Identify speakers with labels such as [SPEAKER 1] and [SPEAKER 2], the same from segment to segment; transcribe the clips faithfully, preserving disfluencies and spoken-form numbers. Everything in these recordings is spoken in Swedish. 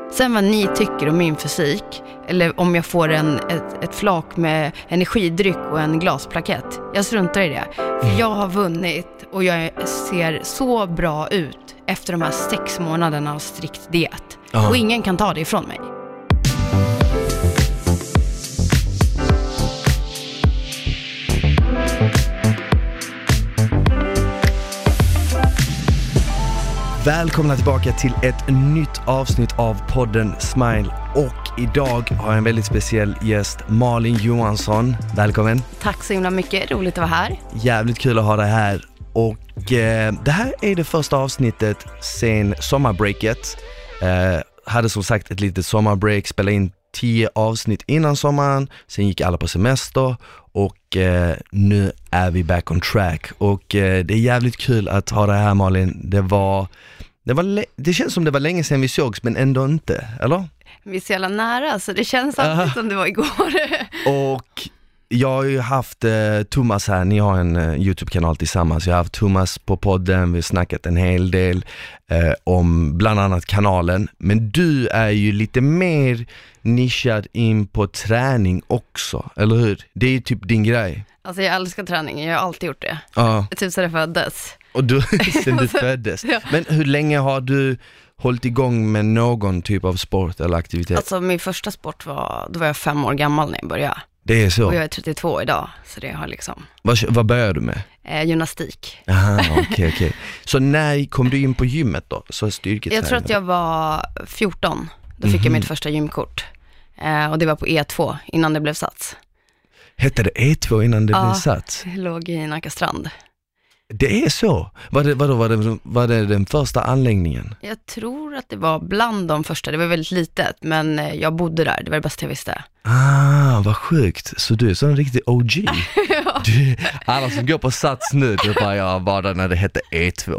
[SPEAKER 1] Sen vad ni tycker om min fysik, eller om jag får en, ett, ett flak med energidryck och en glasplakett, jag struntar i det. För jag har vunnit och jag ser så bra ut efter de här sex månaderna av strikt diet.
[SPEAKER 2] Ja.
[SPEAKER 1] Och ingen kan ta det ifrån mig.
[SPEAKER 2] Välkomna tillbaka till ett nytt avsnitt av podden Smile. Och idag har jag en väldigt speciell gäst, Malin Johansson. Välkommen.
[SPEAKER 1] Tack så himla mycket, roligt att vara här.
[SPEAKER 2] Jävligt kul att ha dig här. Och eh, det här är det första avsnittet sen sommarbreaket. Eh, hade som sagt ett litet sommarbreak, spelade in tio avsnitt innan sommaren. Sen gick alla på semester. Och eh, nu är vi back on track. Och eh, det är jävligt kul att ha det här, Malin. Det var... Det, var, det känns som det var länge sedan vi sågs, men ändå inte, eller?
[SPEAKER 1] Vi är så jävla nära, så det känns alltid uh. som det var igår.
[SPEAKER 2] Och jag har ju haft eh, Thomas här, ni har en eh, YouTube-kanal tillsammans. Jag har haft Thomas på podden, vi har snackat en hel del eh, om bland annat kanalen. Men du är ju lite mer nischad in på träning också, eller hur? Det är ju typ din grej.
[SPEAKER 1] Alltså jag älskar träning, jag har alltid gjort det.
[SPEAKER 2] Ja.
[SPEAKER 1] Typ så det föddes.
[SPEAKER 2] Och du, sen du föddes.
[SPEAKER 1] Ja.
[SPEAKER 2] Men hur länge har du hållit igång med någon typ av sport eller aktivitet?
[SPEAKER 1] Alltså min första sport var, då var jag fem år gammal när jag började.
[SPEAKER 2] Det är så?
[SPEAKER 1] Och jag är trettiotvå idag, så det har liksom...
[SPEAKER 2] Vad, vad började du med?
[SPEAKER 1] Eh, gymnastik.
[SPEAKER 2] Aha, okej, okay, okej. Okay. Så när kom du in på gymmet då? Så styrketräning?
[SPEAKER 1] Jag tror att jag var fjorton. Då fick mm-hmm. jag mitt första gymkort. Eh, och det var på E två, innan det blev sats.
[SPEAKER 2] Hette det E två innan det
[SPEAKER 1] ja,
[SPEAKER 2] blev sats?
[SPEAKER 1] Ja, låg i Nackastrand.
[SPEAKER 2] Det är så? Var det, var, det, var, det, var det den första anläggningen?
[SPEAKER 1] Jag tror att det var bland de första. Det var väldigt litet, men jag bodde där. Det var det bästa jag visste.
[SPEAKER 2] Ah, vad sjukt. Så du är så en riktig O G.
[SPEAKER 1] Ja.
[SPEAKER 2] Du, alla som går på sats nu, det bara jag var där när det hette E två.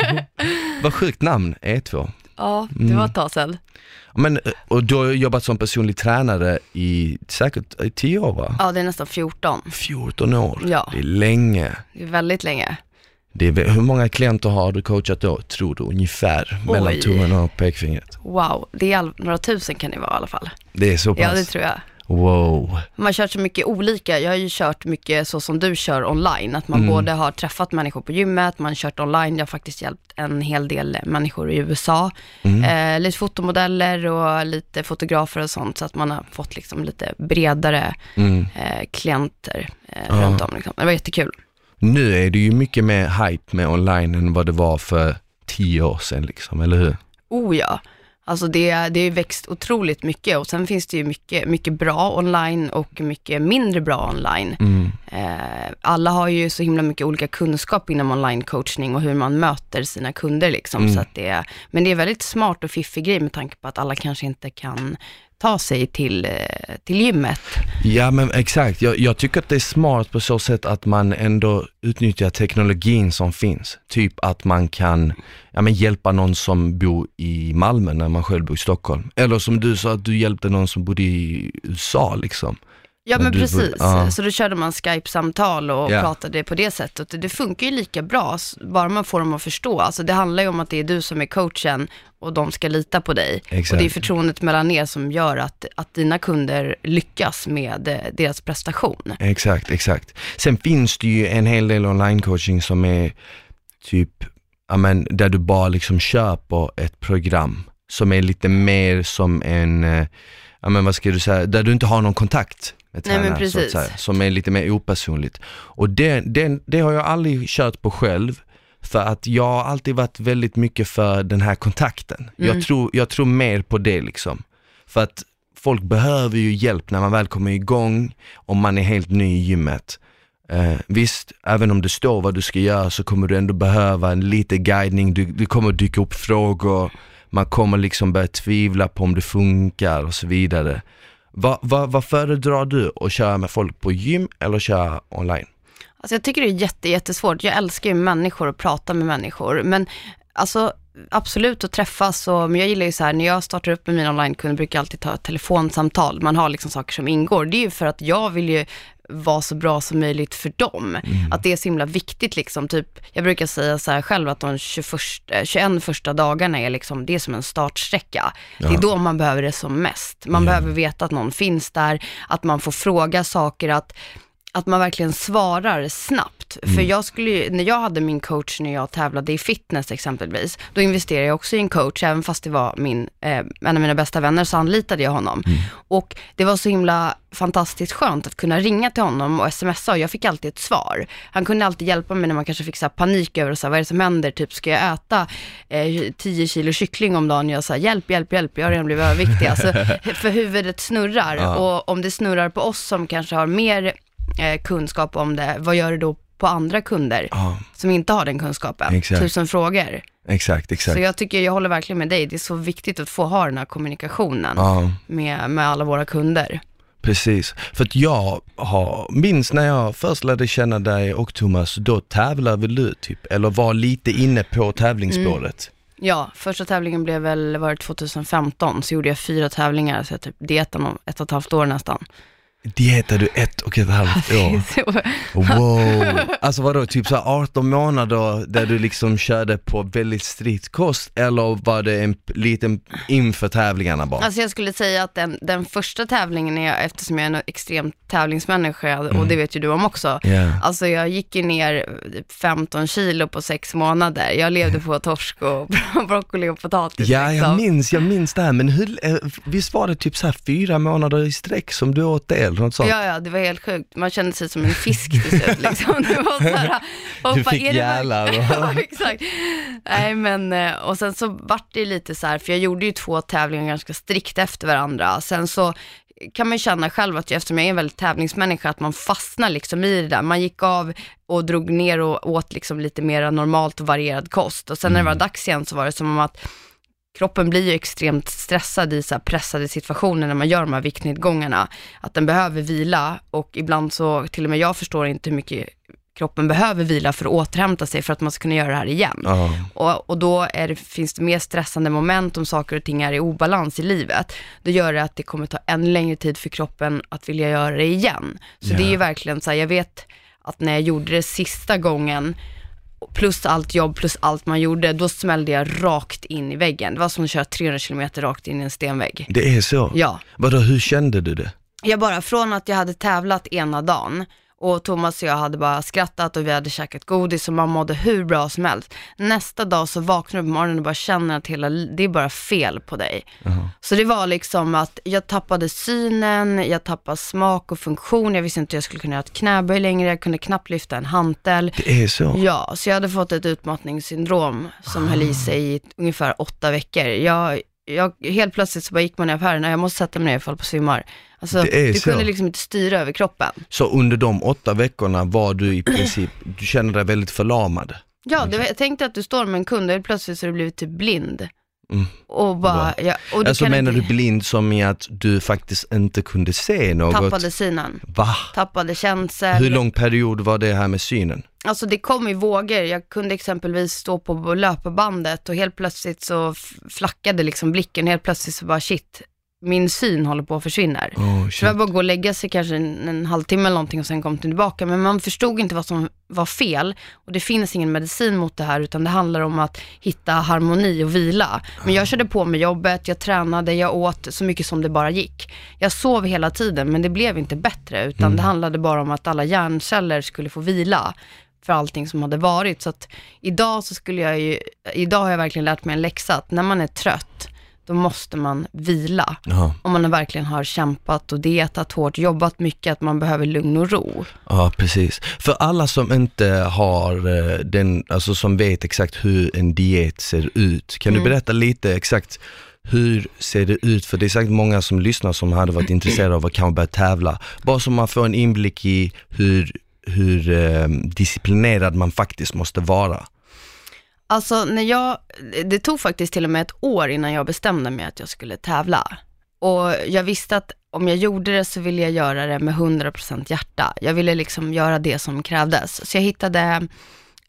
[SPEAKER 2] Vad sjukt namn, E två.
[SPEAKER 1] Ja, det var ett tag sedan.
[SPEAKER 2] Men, och du har jobbat som personlig tränare i säkert i tio år, va?
[SPEAKER 1] Ja, det är nästan fjorton.
[SPEAKER 2] fjorton år?
[SPEAKER 1] Ja.
[SPEAKER 2] Det är länge.
[SPEAKER 1] Det är väldigt länge.
[SPEAKER 2] Det är, hur många klienter har du coachat då, tror du, ungefär? Oj. Mellan tummen och pekfingret?
[SPEAKER 1] Wow, det är all, några tusen kan det vara i alla fall.
[SPEAKER 2] Det är så pass?
[SPEAKER 1] Ja, det tror jag.
[SPEAKER 2] Wow.
[SPEAKER 1] Man har kört så mycket olika. Jag har ju kört mycket så som du kör online. Att man mm. både har träffat människor på gymmet, man har kört online. Jag har faktiskt hjälpt en hel del människor i U S A. Mm. Eh, lite fotomodeller och lite fotografer och sånt. Så att man har fått liksom lite bredare mm. eh, klienter eh, ja. runt om. Liksom. Det var jättekul. Nu
[SPEAKER 2] är det ju mycket mer hype med online än vad det var för tio år sedan, liksom, eller hur?
[SPEAKER 1] Oh ja. Alltså det, det är växt otroligt mycket, och sen finns det ju mycket, mycket bra online och mycket mindre bra online. Mm. Eh, alla har ju så himla mycket olika kunskap inom online-coachning och hur man möter sina kunder liksom. Mm. Så att det, men det är väldigt smart och fiffig grej med tanke på att alla kanske inte kan ta sig till, till gymmet.
[SPEAKER 2] Ja, men exakt. Jag, jag tycker att det är smart på så sätt att man ändå utnyttjar teknologin som finns. Typ att man kan ja, men hjälpa någon som bor i Malmö när man själv bor i Stockholm. Eller som du sa, att du hjälpte någon som bodde i U S A liksom.
[SPEAKER 1] Ja, men precis.
[SPEAKER 2] Bodde, ja.
[SPEAKER 1] Så då körde man Skype-samtal och yeah. pratade på det sättet. Det funkar ju lika bra, bara man får dem att förstå. Alltså det handlar ju om att det är du som är coachen och de ska lita på dig. Exakt. Och det är förtroendet mellan er som gör att, att dina kunder lyckas med deras prestation.
[SPEAKER 2] Exakt, exakt. Sen finns det ju en hel del online-coaching som är typ, ja, men, där du bara liksom köper ett program som är lite mer som en, ja, men vad ska du säga, där du inte har någon kontakt med tränare. Nej, men precis. Så att säga, som är lite mer opersonligt. Och det, det, det har jag aldrig kört på själv, för att jag har alltid varit väldigt mycket för den här kontakten. Mm. Jag, tror, jag tror mer på det liksom. För att folk behöver ju hjälp när man väl kommer igång, om man är helt ny i gymmet. Eh, visst, även om det står vad du ska göra så kommer du ändå behöva en lite guidning. Du, det kommer dyka upp frågor. Man kommer liksom börja tvivla på om det funkar och så vidare. Vad, vad, vad föredrar du, att köra med folk på gym eller köra online?
[SPEAKER 1] Alltså jag tycker det är jätte, jättesvårt. Jag älskar ju människor och prata med människor. Men alltså absolut att träffas. Och, men jag gillar ju så här, när jag startar upp med mina onlinekunder brukar jag alltid ta ett telefonsamtal. Man har liksom saker som ingår. Det är ju för att jag vill ju vara så bra som möjligt för dem. Mm. Att det är så himla viktigt liksom. Typ, jag brukar säga så här själv att de tjugoett, tjugoett första dagarna är liksom, det är som en startsträcka. Ja. Det är då man behöver det som mest. Man mm. behöver veta att någon finns där, att man får fråga saker, att att man verkligen svarar snabbt. Mm. För jag skulle ju, när jag hade min coach när jag tävlade i fitness exempelvis, då investerade jag också i en coach, även fast det var min, eh, en av mina bästa vänner, så anlitade jag honom. Mm. Och det var så himla fantastiskt skönt att kunna ringa till honom och smsa, och jag fick alltid ett svar. Han kunde alltid hjälpa mig när man kanske fick så här panik över så här, vad är det som händer? Typ, ska jag äta eh, tio kilo kyckling om dagen? Jag sa, hjälp, hjälp, hjälp, jag har redan blivit överviktig. Alltså, för huvudet snurrar. Ja. Och om det snurrar på oss som kanske har mer Eh, kunskap om det, vad gör det då på andra kunder ah. som inte har den kunskapen? Exakt. Tusen frågor.
[SPEAKER 2] Exakt, exakt.
[SPEAKER 1] Så jag tycker, jag håller verkligen med dig. Det är så viktigt att få ha den här kommunikationen ah. med, med alla våra kunder.
[SPEAKER 2] Precis, för att jag har, minns när jag först lärde känna dig och Thomas, då tävlade väl du typ, eller var lite inne på tävlingsspåret.
[SPEAKER 1] Mm. Ja, första tävlingen blev väl, var det tjugohundrafemton, så gjorde jag fyra tävlingar, så jag typ dietade om ett och ett halvt år nästan.
[SPEAKER 2] Dietade du ett och ett halvt år? Wow. Alltså vadå, typ så arton månader där du liksom körde på väldigt strikt kost, eller var det en liten inför tävlingarna bara?
[SPEAKER 1] Alltså jag skulle säga att den, den första tävlingen är jag, eftersom jag är en extrem tävlingsmänniska, mm. och det vet ju du om också. Yeah. Alltså jag gick ju ner femton kilo på sex månader. Jag levde på torsk och broccoli och potatis.
[SPEAKER 2] Ja,
[SPEAKER 1] liksom.
[SPEAKER 2] jag minns, jag minns det här. Men hur, visst var det typ så här fyra månader i sträck som du åt det? Något sånt.
[SPEAKER 1] Ja, ja, det var helt sjukt. Man kände sig som en fisk till slut liksom. Det var så här, hoppa,
[SPEAKER 2] du fick jälar.
[SPEAKER 1] Ja, exakt. Nej, men, och sen så vart det lite så här, för jag gjorde ju två tävlingar ganska strikt efter varandra. Sen så kan man känna själv att jag, eftersom jag är en väldigt tävlingsmänniska, att man fastnar liksom i det där. Man gick av och drog ner och åt liksom lite mer normalt och varierad kost. Och sen mm. när det var dags igen så var det som om att kroppen blir ju extremt stressad i så här pressade situationer när man gör de här viktnedgångarna. Att den behöver vila, och ibland så till och med jag förstår inte hur mycket kroppen behöver vila för att återhämta sig för att man ska kunna göra det här igen. Uh. Och, och då är det, finns det mer stressande moment om saker och ting är i obalans i livet. Då gör det att det kommer ta än längre tid för kroppen att vilja göra det igen. Så yeah. det är ju verkligen så här, jag vet att när jag gjorde det sista gången, plus allt jobb, plus allt man gjorde, då smällde jag rakt in i väggen. Det var som att köra trehundra kilometer rakt in i en stenvägg.
[SPEAKER 2] Det är så?
[SPEAKER 1] Ja.
[SPEAKER 2] Vadå, hur kände du det?
[SPEAKER 1] Jag bara, från att jag hade tävlat ena dagen och Thomas och jag hade bara skrattat och vi hade käkat godis och man mådde hur bra som helst. Nästa dag så vaknar jag på morgonen och bara känner att hela, det är bara fel på dig. Uh-huh. Så det var liksom att jag tappade synen, jag tappade smak och funktion. Jag visste inte att jag skulle kunna göra ett knäböj längre. Jag kunde knappt lyfta en hantel.
[SPEAKER 2] Det är så?
[SPEAKER 1] Ja, så jag hade fått ett utmattningssyndrom som uh-huh. höll i sig i ungefär åtta veckor. Jag... Jag, helt plötsligt så bara gick man i affären och jag måste sätta mig ner i fall på svimmar. Alltså, du så. kunde liksom inte styra över kroppen.
[SPEAKER 2] Så under de åtta veckorna var du i princip, du kände dig väldigt förlamad?
[SPEAKER 1] Ja, det var, jag tänkte att du står med en kund och helt plötsligt så har du blivit typ blind. Mm. Och bara, ja, och
[SPEAKER 2] alltså menar inte... du blind som i att du faktiskt inte kunde se något?
[SPEAKER 1] Tappade synen.
[SPEAKER 2] Va?
[SPEAKER 1] Tappade känsel.
[SPEAKER 2] Hur lång period var det här med synen?
[SPEAKER 1] Alltså det kom i vågor. Jag kunde exempelvis stå på löparbandet och helt plötsligt så flackade liksom blicken. Helt plötsligt så bara shit, min syn håller på att försvinna. Oh, så jag bara gå och lägga sig kanske en, en halvtimme eller någonting och sen kom tillbaka. Men man förstod inte vad som var fel. Och det finns ingen medicin mot det här, utan det handlar om att hitta harmoni och vila. Men jag körde på med jobbet, jag tränade, jag åt så mycket som det bara gick. Jag sov hela tiden, men det blev inte bättre. Utan mm. det handlade bara om att alla hjärnceller skulle få vila för allting som hade varit. Så att idag så skulle jag ju, idag har jag verkligen lärt mig en läxa att när man är trött, då måste man vila. Aha. Om man verkligen har kämpat och dietat hårt, jobbat mycket, att man behöver lugn och ro.
[SPEAKER 2] Ja, precis. För alla som inte har den, alltså som vet exakt hur en diet ser ut, kan mm. du berätta lite exakt hur ser det ut? För det är säkert många som lyssnar som hade varit intresserade av att kanske börja tävla. Bara så man får en inblick i hur, hur eh, disciplinerad man faktiskt måste vara.
[SPEAKER 1] Alltså när jag, det tog faktiskt till och med ett år innan jag bestämde mig att jag skulle tävla. Och jag visste att om jag gjorde det så ville jag göra det med hundra procent hjärta. Jag ville liksom göra det som krävdes. Så jag hittade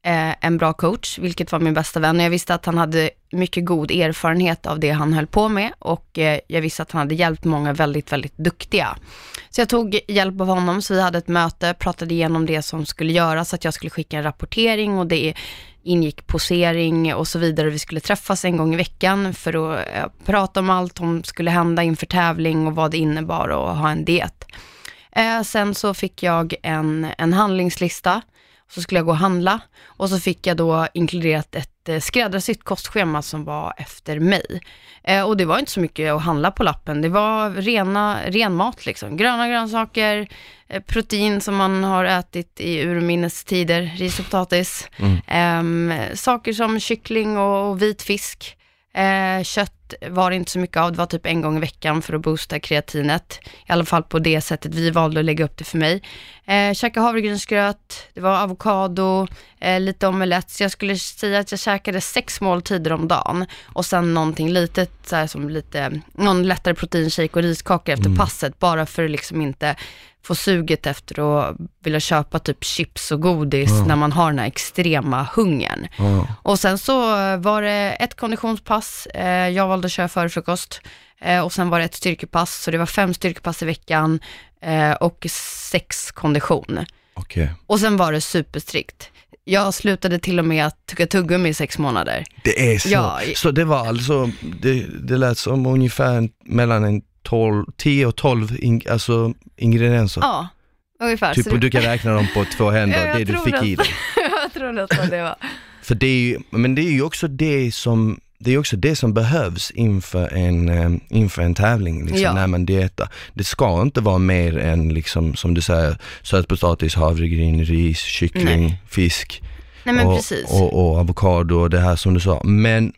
[SPEAKER 1] eh, en bra coach, vilket var min bästa vän. Och jag visste att han hade mycket god erfarenhet av det han höll på med. Och eh, jag visste att han hade hjälpt många väldigt, väldigt duktiga. Så jag tog hjälp av honom, så vi hade ett möte, pratade igenom det som skulle göras, att jag skulle skicka en rapportering och det ingick posering och så vidare. Vi skulle träffas en gång i veckan för att eh, prata om allt som skulle hända inför tävling och vad det innebar att ha en diet. Eh, sen så fick jag en, en handlingslista, så skulle jag gå och handla och så fick jag då inkluderat ett eh, skräddarsytt kostschema som var efter mig. Eh, och det var inte så mycket att handla på lappen. Det var rena, ren mat liksom. Gröna grönsaker, eh, protein som man har ätit i urminnes tider, ris och potatis. Mm. Eh, saker som kyckling och, och vit fisk. Eh, kött var det inte så mycket av, det var typ en gång i veckan för att boosta kreatinet, i alla fall på det sättet vi valde att lägga upp det för mig. Eh, käka havregrynsgröt, det var avokado, eh, lite omelett, så jag skulle säga att jag käkade sex måltider om dagen och sen någonting litet så här, som lite, någon lättare proteinshake och riskakor efter mm. passet, bara för att liksom inte få suget efter att vilja köpa typ chips och godis mm. när man har den här extrema hungern. Mm. Och sen så var det ett konditionspass, eh, jag valde att köra förfrukost eh, och sen var det ett styrkepass, så det var fem styrkepass i veckan eh, och sex kondition.
[SPEAKER 2] Okay.
[SPEAKER 1] Och sen var det superstrikt. Jag slutade till och med att tugga tuggummi i sex månader.
[SPEAKER 2] Det är så. Ja. Så det var alltså, det, det lät som ungefär mellan en tolv, tio och tolv in, alltså ingredienser.
[SPEAKER 1] Ja, ungefär.
[SPEAKER 2] Typ, och du kan räkna dem på två händer, ja, det du fick att, i dig.
[SPEAKER 1] Jag tror att det var.
[SPEAKER 2] För det är ju, men det är ju också det som det är också det som behövs inför en, inför en tävling liksom, ja. När man dietar. Det ska inte vara mer än liksom, som du säger, sötpotatis, havregryn, ris, kyckling, Nej. fisk.
[SPEAKER 1] Nej, men
[SPEAKER 2] och,
[SPEAKER 1] precis.
[SPEAKER 2] Och, och avokado och det här som du sa. Men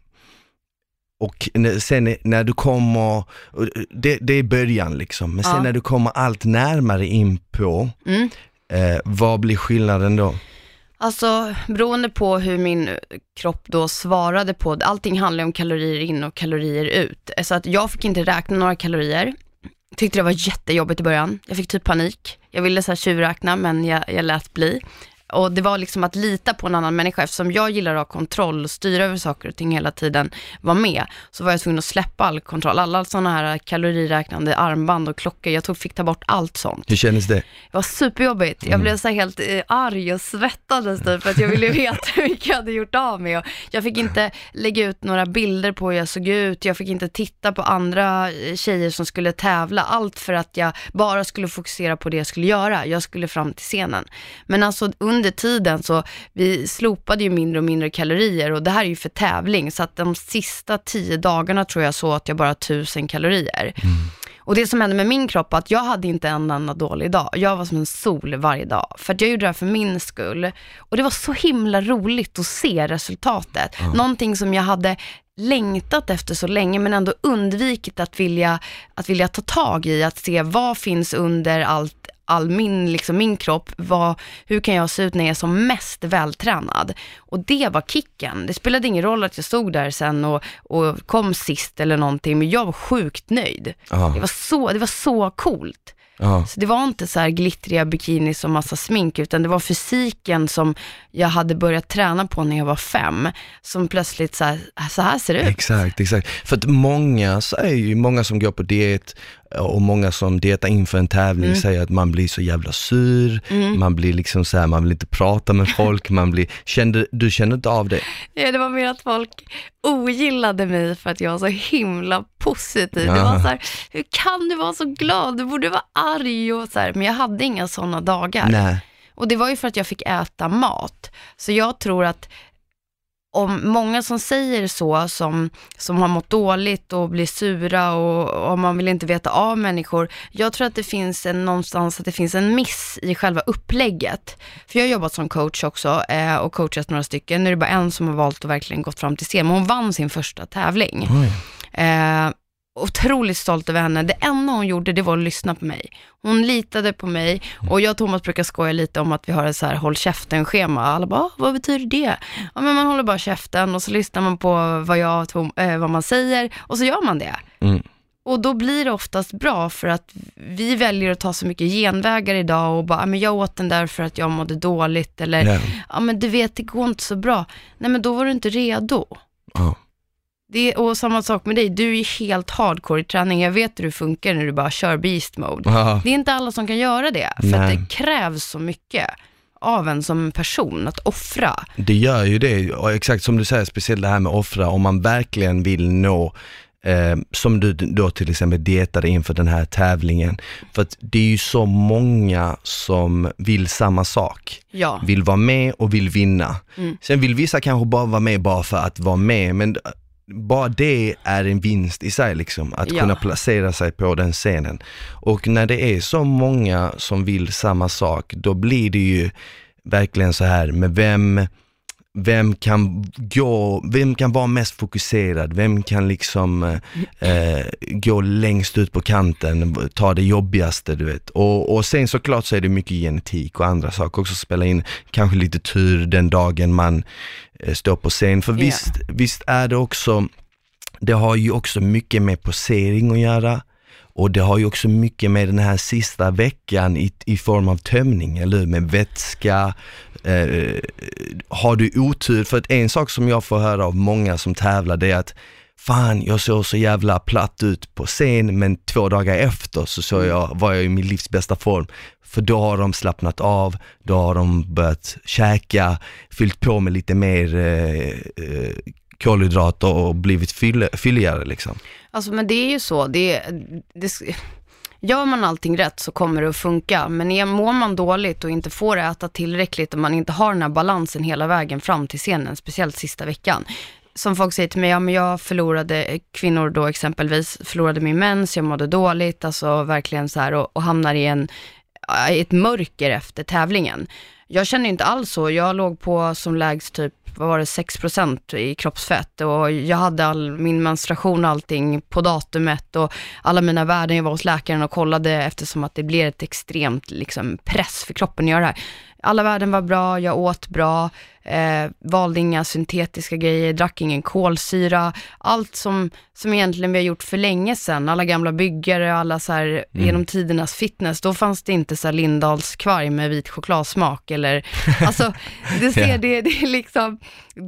[SPEAKER 2] och sen när du kommer, det, det är början liksom, men sen ja. När du kommer allt närmare in på, mm. eh, vad blir skillnaden då?
[SPEAKER 1] Alltså, beroende på hur min kropp då svarade på, allting handlar om kalorier in och kalorier ut. Så att jag fick inte räkna några kalorier. Tyckte det var jättejobbigt i början. Jag fick typ panik. Jag ville så här tjuvräkna, men jag, jag lät bli. Och det var liksom att lita på en annan människa. Eftersom jag gillar att ha kontroll och styra över saker och ting hela tiden, var med, så var jag tvungen att släppa all kontroll. Alla sådana här kaloriräknande armband och klockor, jag tog, fick ta bort allt sånt.
[SPEAKER 2] Hur kändes det?
[SPEAKER 1] Det var superjobbigt. Jag blev så helt eh, arg och svettades typ, för att jag ville veta hur mycket jag hade gjort av mig. Och jag fick inte lägga ut några bilder på hur jag såg ut. Jag fick inte titta på andra tjejer som skulle tävla. Allt för att jag bara skulle fokusera på det jag skulle göra. Jag skulle fram till scenen. Men alltså under tiden så vi slopade ju mindre och mindre kalorier, och det här är ju för tävling, så att de sista tio dagarna tror jag så att jag bara tusen kalorier. Mm. Och det som hände med min kropp, att jag hade inte en enda dålig dag. Jag var som en sol varje dag, för att jag gjorde det här för min skull. Och det var så himla roligt att se resultatet. Mm. Någonting som jag hade längtat efter så länge, men ändå undvikit att vilja, att vilja ta tag i, att se vad finns under allt, all min, liksom min kropp, vad, hur kan jag se ut när jag är som mest vältränad. Och det var kicken. Det spelade ingen roll att jag stod där sen och, och kom sist eller någonting, men jag var sjukt nöjd. Aha. Det var så, det var så coolt. Aha. Så det var inte så här glittriga bikinis och massa smink, utan det var fysiken som jag hade börjat träna på när jag var fem, som plötsligt så här, så här ser det ut.
[SPEAKER 2] Exakt, exakt. För att många säger ju, många som går på diet och många som dietar inför en tävling mm. säger att man blir så jävla sur, mm. man blir liksom så här, man vill inte prata med folk, man blir, kände, du kände inte av det?
[SPEAKER 1] Ja, det var mer att folk ogillade mig för att jag var så himla positiv. Ja. Det var så här, hur kan du vara så glad? Du borde vara arg och så här, men jag hade inga sådana dagar. Nej. Och det var ju för att jag fick äta mat. Så jag tror att om många som säger så, som, som har mått dåligt och blir sura och, och man vill inte veta av människor, jag tror att det finns en, någonstans att det finns en miss i själva upplägget. För jag har jobbat som coach också eh, och coachat några stycken. Nu är det bara en som har valt att verkligen gått fram till scen, men hon vann sin första tävling. Eh, otroligt stolt över henne. Det enda hon gjorde, det var att lyssna på mig. Hon litade på mig, och jag och Thomas brukar skoja lite om att vi har ett så här håll käften-schema. Alla bara, vad betyder det? Ja, men man håller bara käften och så lyssnar man på vad, jag, äh, vad man säger, och så gör man det. Mm. Och då blir det oftast bra för att vi väljer att ta så mycket genvägar idag och bara, men jag åt den där för att jag mådde dåligt eller, yeah. ja men du vet, det går inte så bra. Nej men då var du inte redo.
[SPEAKER 2] Oh.
[SPEAKER 1] Det, och samma sak med dig, du är helt hardcore i träning. Jag vet hur det funkar när du bara kör beast mode. Oh. Det är inte alla som kan göra det, för Nej. att det krävs så mycket av en som person att offra.
[SPEAKER 2] Det gör ju det, och exakt som du säger, speciellt det här med offra, om man verkligen vill nå Eh, som du då till exempel dietade inför den här tävlingen, för att det är ju så många som vill samma sak,
[SPEAKER 1] ja.
[SPEAKER 2] vill vara med och vill vinna. Mm. Sen vill vissa kanske bara vara med bara för att vara med, men bara det är en vinst i sig liksom, att ja. kunna placera sig på den scenen. Och när det är så många som vill samma sak, då blir det ju verkligen så här med vem Vem kan gå, vem kan vara mest fokuserad, vem kan liksom eh, gå längst ut på kanten, ta det jobbigaste, du vet. Och, och sen såklart så är det mycket genetik och andra saker också, spela in kanske lite tur den dagen man eh, står på scen. För yeah. visst, visst är det också, det har ju också mycket med posering att göra. Och det har ju också mycket med den här sista veckan i, i form av tömning, eller med vätska. Eh, har du otur, för att en sak som jag får höra av många som tävlar, det är att fan, jag såg så jävla platt ut på scen, men två dagar efter så såg jag, var jag i min livs bästa form. För då har de slappnat av, då har de börjat käka, fyllt på med lite mer eh, eh, kolhydrater och blivit fyll, fylligare liksom.
[SPEAKER 1] Alltså men det är ju så, det, det, gör man allting rätt så kommer det att funka, men är, mår man dåligt och inte får äta tillräckligt och man inte har den här balansen hela vägen fram till scenen, speciellt sista veckan. Som folk säger till mig, ja men jag förlorade, kvinnor då exempelvis, förlorade min mens, jag mådde dåligt, alltså verkligen så här, och, och hamnar i en, ett mörker efter tävlingen. Jag känner inte alls så, jag låg på som lägst typ, vad var det, sex procent i kroppsfett, och jag hade all min menstruation och allting på datumet och alla mina värden, jag var hos läkaren och kollade, eftersom att det blir ett extremt liksom, press för kroppen att göra det här. Alla värden var bra, jag åt bra, eh, valde inga syntetiska grejer, drack ingen kolsyra, allt som, som egentligen vi har gjort för länge sedan, alla gamla byggare, alla så här, mm. genom tidernas fitness, då fanns det inte så här Lindahls kvarg med vit chokladsmak eller, alltså du ser yeah. det, det är liksom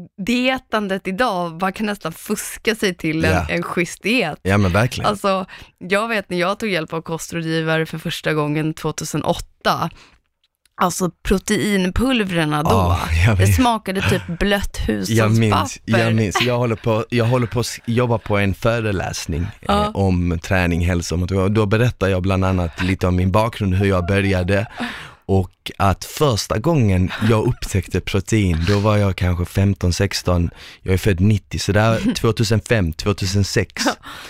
[SPEAKER 1] dietandet idag, man kan nästan fuska sig till en, yeah. en schysst diet.
[SPEAKER 2] Ja men verkligen.
[SPEAKER 1] Alltså jag vet när jag tog hjälp av kostrådgivare för första gången tjugohundraåtta, alltså proteinpulverna då, oh, det smakade typ blött hushållspapper.
[SPEAKER 2] Jag minns, jag minns. Jag håller på, jag håller på att jobba på en föreläsning ja. eh, om träning, hälsa och då berättar jag bland annat lite om min bakgrund, hur jag började, och att första gången jag upptäckte protein, då var jag kanske femton sexton, jag är född nittio, så där tjugohundrafem tjugohundrasex,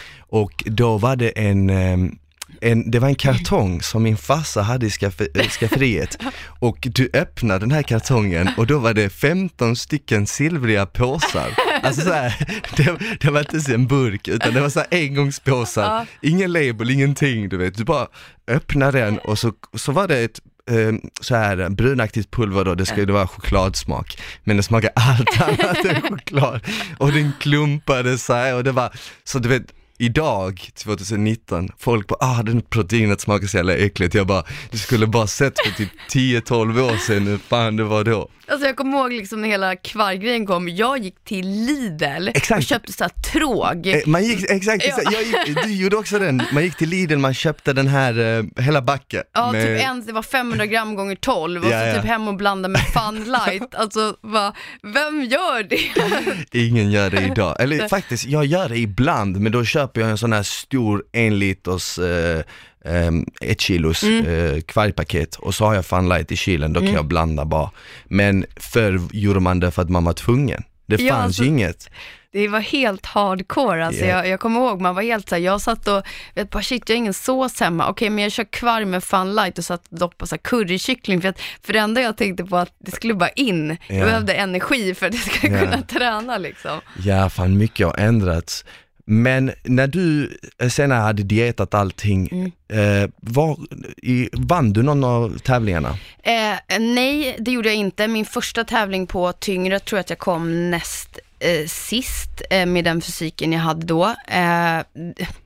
[SPEAKER 2] och då var det en... Eh, En, det var en kartong som min farsa hade i skaff- skafferiet, och du öppnade den här kartongen och då var det femton stycken silvriga påsar. Alltså så här, det, det var inte en burk utan det var så här engångspåsar, ja. Ingen label, ingenting, du vet. Du bara öppnade den och så, så var det ett eh, så här brunaktigt pulver då, det skulle vara chokladsmak, men det smakade allt annat än choklad, och den klumpade sig och det var, så du vet, idag, tjugonitton, folk på ah, den proteinet smakar så jävla äckligt. Jag bara, du skulle bara sett för typ tio tolv år sedan hur fan det var då.
[SPEAKER 1] Alltså jag kommer ihåg liksom när hela kvarggrejen kom, jag gick till Lidl
[SPEAKER 2] exakt.
[SPEAKER 1] och köpte så här tråg.
[SPEAKER 2] Eh, man gick, exakt, exakt. Jag gick, du gjorde också den. Man gick till Lidl, man köpte den här uh, hela backen.
[SPEAKER 1] Ja,
[SPEAKER 2] med...
[SPEAKER 1] typ en, det var femhundra gram gånger tolv och
[SPEAKER 2] ja,
[SPEAKER 1] så
[SPEAKER 2] ja.
[SPEAKER 1] typ hem och blanda med Fun Light. Alltså, va, vem gör det?
[SPEAKER 2] Ingen gör det idag. Eller faktiskt, jag gör det ibland, men då köper jag en sån här stor en liters uh, Um, ett kilos mm. uh, kvargpaket, och så har jag Fun Light i kylen, då kan mm. jag blanda bara. Men förr gjorde man det för att man var tvungen. Det
[SPEAKER 1] ja,
[SPEAKER 2] fanns
[SPEAKER 1] alltså,
[SPEAKER 2] ju inget.
[SPEAKER 1] Det var helt hardcore. Alltså yeah. jag, jag kommer ihåg, man var helt så här, jag satt och vet bara, shit, jag har ingen sås hemma. Okej, okay, men jag kör kvarg med Fun Light och satt och doppade så här currykyckling, för att för det enda jag tänkte på att det skulle bara in. Yeah. Jag behövde energi för att jag skulle yeah. kunna träna liksom.
[SPEAKER 2] Ja, fan, mycket har ändrats. Men när du senare hade dietat allting, mm. eh, var, i, vann du någon av tävlingarna?
[SPEAKER 1] Eh, nej, det gjorde jag inte. Min första tävling på tyngre tror jag att jag kom näst eh, sist eh, med den fysiken jag hade då. Eh,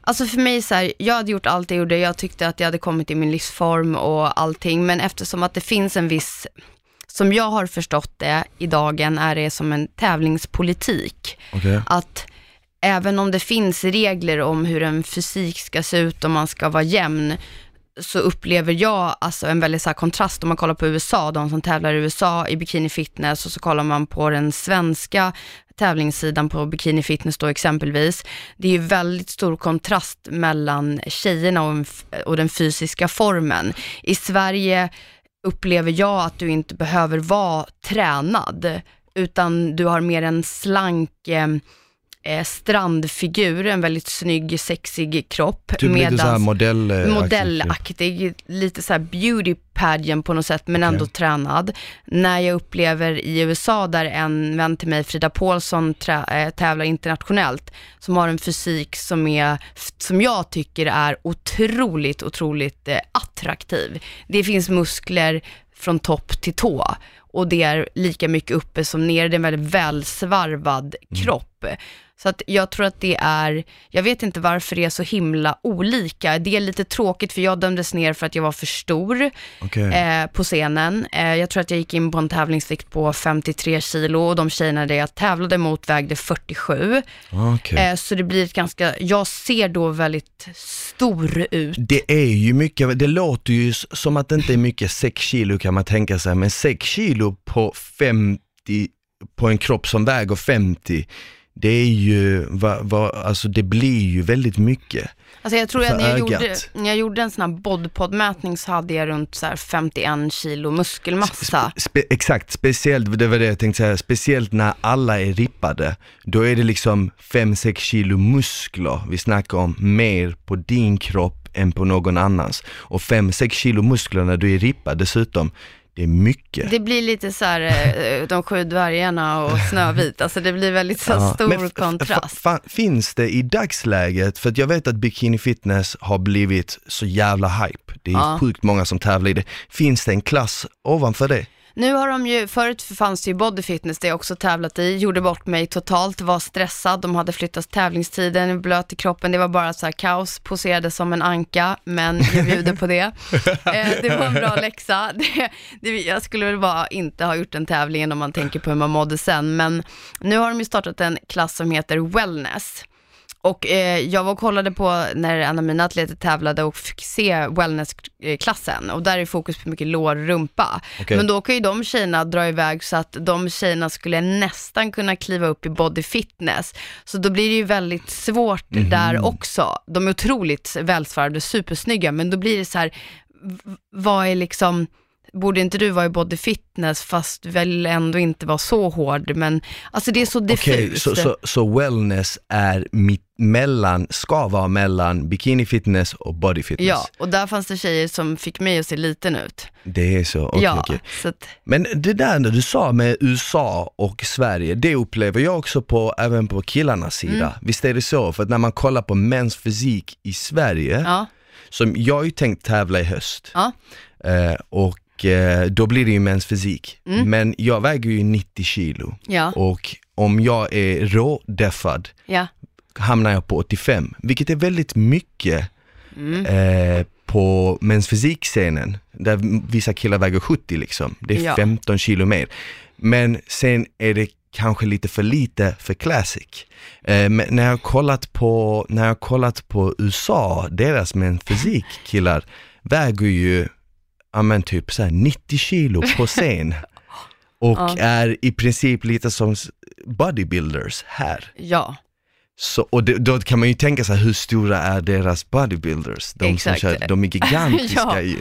[SPEAKER 1] Alltså för mig så här, jag hade gjort allt jag gjorde, jag tyckte att jag hade kommit i min livsform och allting, men eftersom att det finns en viss, som jag har förstått det i dagen, är det som en tävlingspolitik.
[SPEAKER 2] Okay.
[SPEAKER 1] Att även om det finns regler om hur en fysik ska se ut och man ska vara jämn, så upplever jag alltså en väldigt så här kontrast om man kollar på U S A, de som tävlar i U S A i bikini fitness, och så kollar man på den svenska tävlingssidan på bikini fitness då exempelvis. Det är ju väldigt stor kontrast mellan tjejerna och, och den fysiska formen. I Sverige upplever jag att du inte behöver vara tränad, utan du har mer en slank eh, Eh, strandfigur, en väldigt snygg, sexig kropp.
[SPEAKER 2] Typ lite så här modell,
[SPEAKER 1] modellaktig, lite så här beauty pageant på något sätt, men ändå okay. tränad. När jag upplever i U S A där en vän till mig, Frida Paulsson, trä, äh, tävlar internationellt, som har en fysik som är, som jag tycker är otroligt, otroligt eh, attraktiv. Det finns muskler från topp till tå. Och det är lika mycket uppe som ner. Det är en väldigt välsvarvad mm. kropp. Så att jag tror att det är, jag vet inte varför det är så himla olika. Det är lite tråkigt för jag dömdes ner för att jag var för stor okay. eh, på scenen. Eh, jag tror att jag gick in på en tävlingsvikt på femtiotre kilo och de tjejerna där jag tävlade mot vägde fyrtiosju. Okay. Eh, så det blir ett ganska, jag ser då väldigt stor ut.
[SPEAKER 2] Det är ju mycket, det låter ju som att det inte är mycket sex kilo kan man tänka sig, men sex kilo på femtio, på en kropp som väger femtio, det är ju, va, va, alltså det blir ju väldigt mycket.
[SPEAKER 1] Alltså jag tror att när jag gjorde, när jag gjorde en sån här bodpodmätning så hade jag runt så här femtioen kilo muskelmassa.
[SPEAKER 2] Spe, exakt, speciellt, det var det jag tänkte säga, speciellt när alla är rippade, då är det liksom fem sex kilo muskler vi snackar om, mer på din kropp än på någon annans. Och fem sex kilo muskler när du är rippad dessutom, det är mycket.
[SPEAKER 1] Det blir lite så här de sju dvärgarna och Snövit. Alltså det blir väldigt så ja, stor f- kontrast.
[SPEAKER 2] F- f- finns det i dagsläget, för att jag vet att bikini fitness har blivit så jävla hype. Det är ja. sjukt många som tävlar i det. Finns det en klass ovanför det?
[SPEAKER 1] Nu har de ju, förut fanns det ju body fitness, det jag också tävlat i, gjorde bort mig totalt, var stressad, de hade flyttat tävlingstiden, blöt i kroppen, det var bara så här kaos, poserade som en anka, men jag bjuder på det. eh, det var en bra läxa, det, det, jag skulle väl bara inte ha gjort en tävling om man tänker på hur man mådde sen, men nu har de ju startat en klass som heter wellness. Och eh, jag var och kollade på när en av mina atleter tävlade och fick se wellness-klassen. Och där är fokus på mycket lår och rumpa. Okay. Men då kan ju de tjejerna dra iväg så att de tjejerna skulle nästan kunna kliva upp i body fitness. Så då blir det ju väldigt svårt mm-hmm. där också. De är otroligt välsvarade, supersnygga. Men då blir det så här, v- vad är liksom... Borde inte du vara i body fitness fast väl ändå inte vara så hård, men alltså det är så diffust.
[SPEAKER 2] Okej, så, så, så wellness är mitt mellan, ska vara mellan bikini fitness och body fitness.
[SPEAKER 1] Ja, och där fanns det tjejer som fick mig att se liten ut.
[SPEAKER 2] Det är så, okej.
[SPEAKER 1] Ja,
[SPEAKER 2] okej.
[SPEAKER 1] Så att...
[SPEAKER 2] Men det där när du sa med U S A och Sverige, det upplever jag också på, även på killarnas sida. Mm. Visst är det så? För att när man kollar på mäns fysik i Sverige, ja. som jag har ju tänkt tävla i höst, ja. eh, och då blir det ju mäns fysik. Mm. Men jag väger ju nittio kilo. Ja. Och om jag är rådeffad ja. hamnar jag på åttiofem. Vilket är väldigt mycket mm. eh, på mäns fysikscenen. Där vissa killar väger sjuttio liksom. Det är ja. femton kilo mer. Men sen är det kanske lite för lite för classic. Eh, men när jag har kollat på, när jag har kollat på U S A, deras mäns fysik killar väger ju ja men typ så här nittio kilo på scen och ja. är i princip lite som bodybuilders här.
[SPEAKER 1] Ja.
[SPEAKER 2] Så, och det, då kan man ju tänka sig hur stora är deras bodybuilders? De
[SPEAKER 1] Exakt.
[SPEAKER 2] som kör, de är gigantiska ja. ju.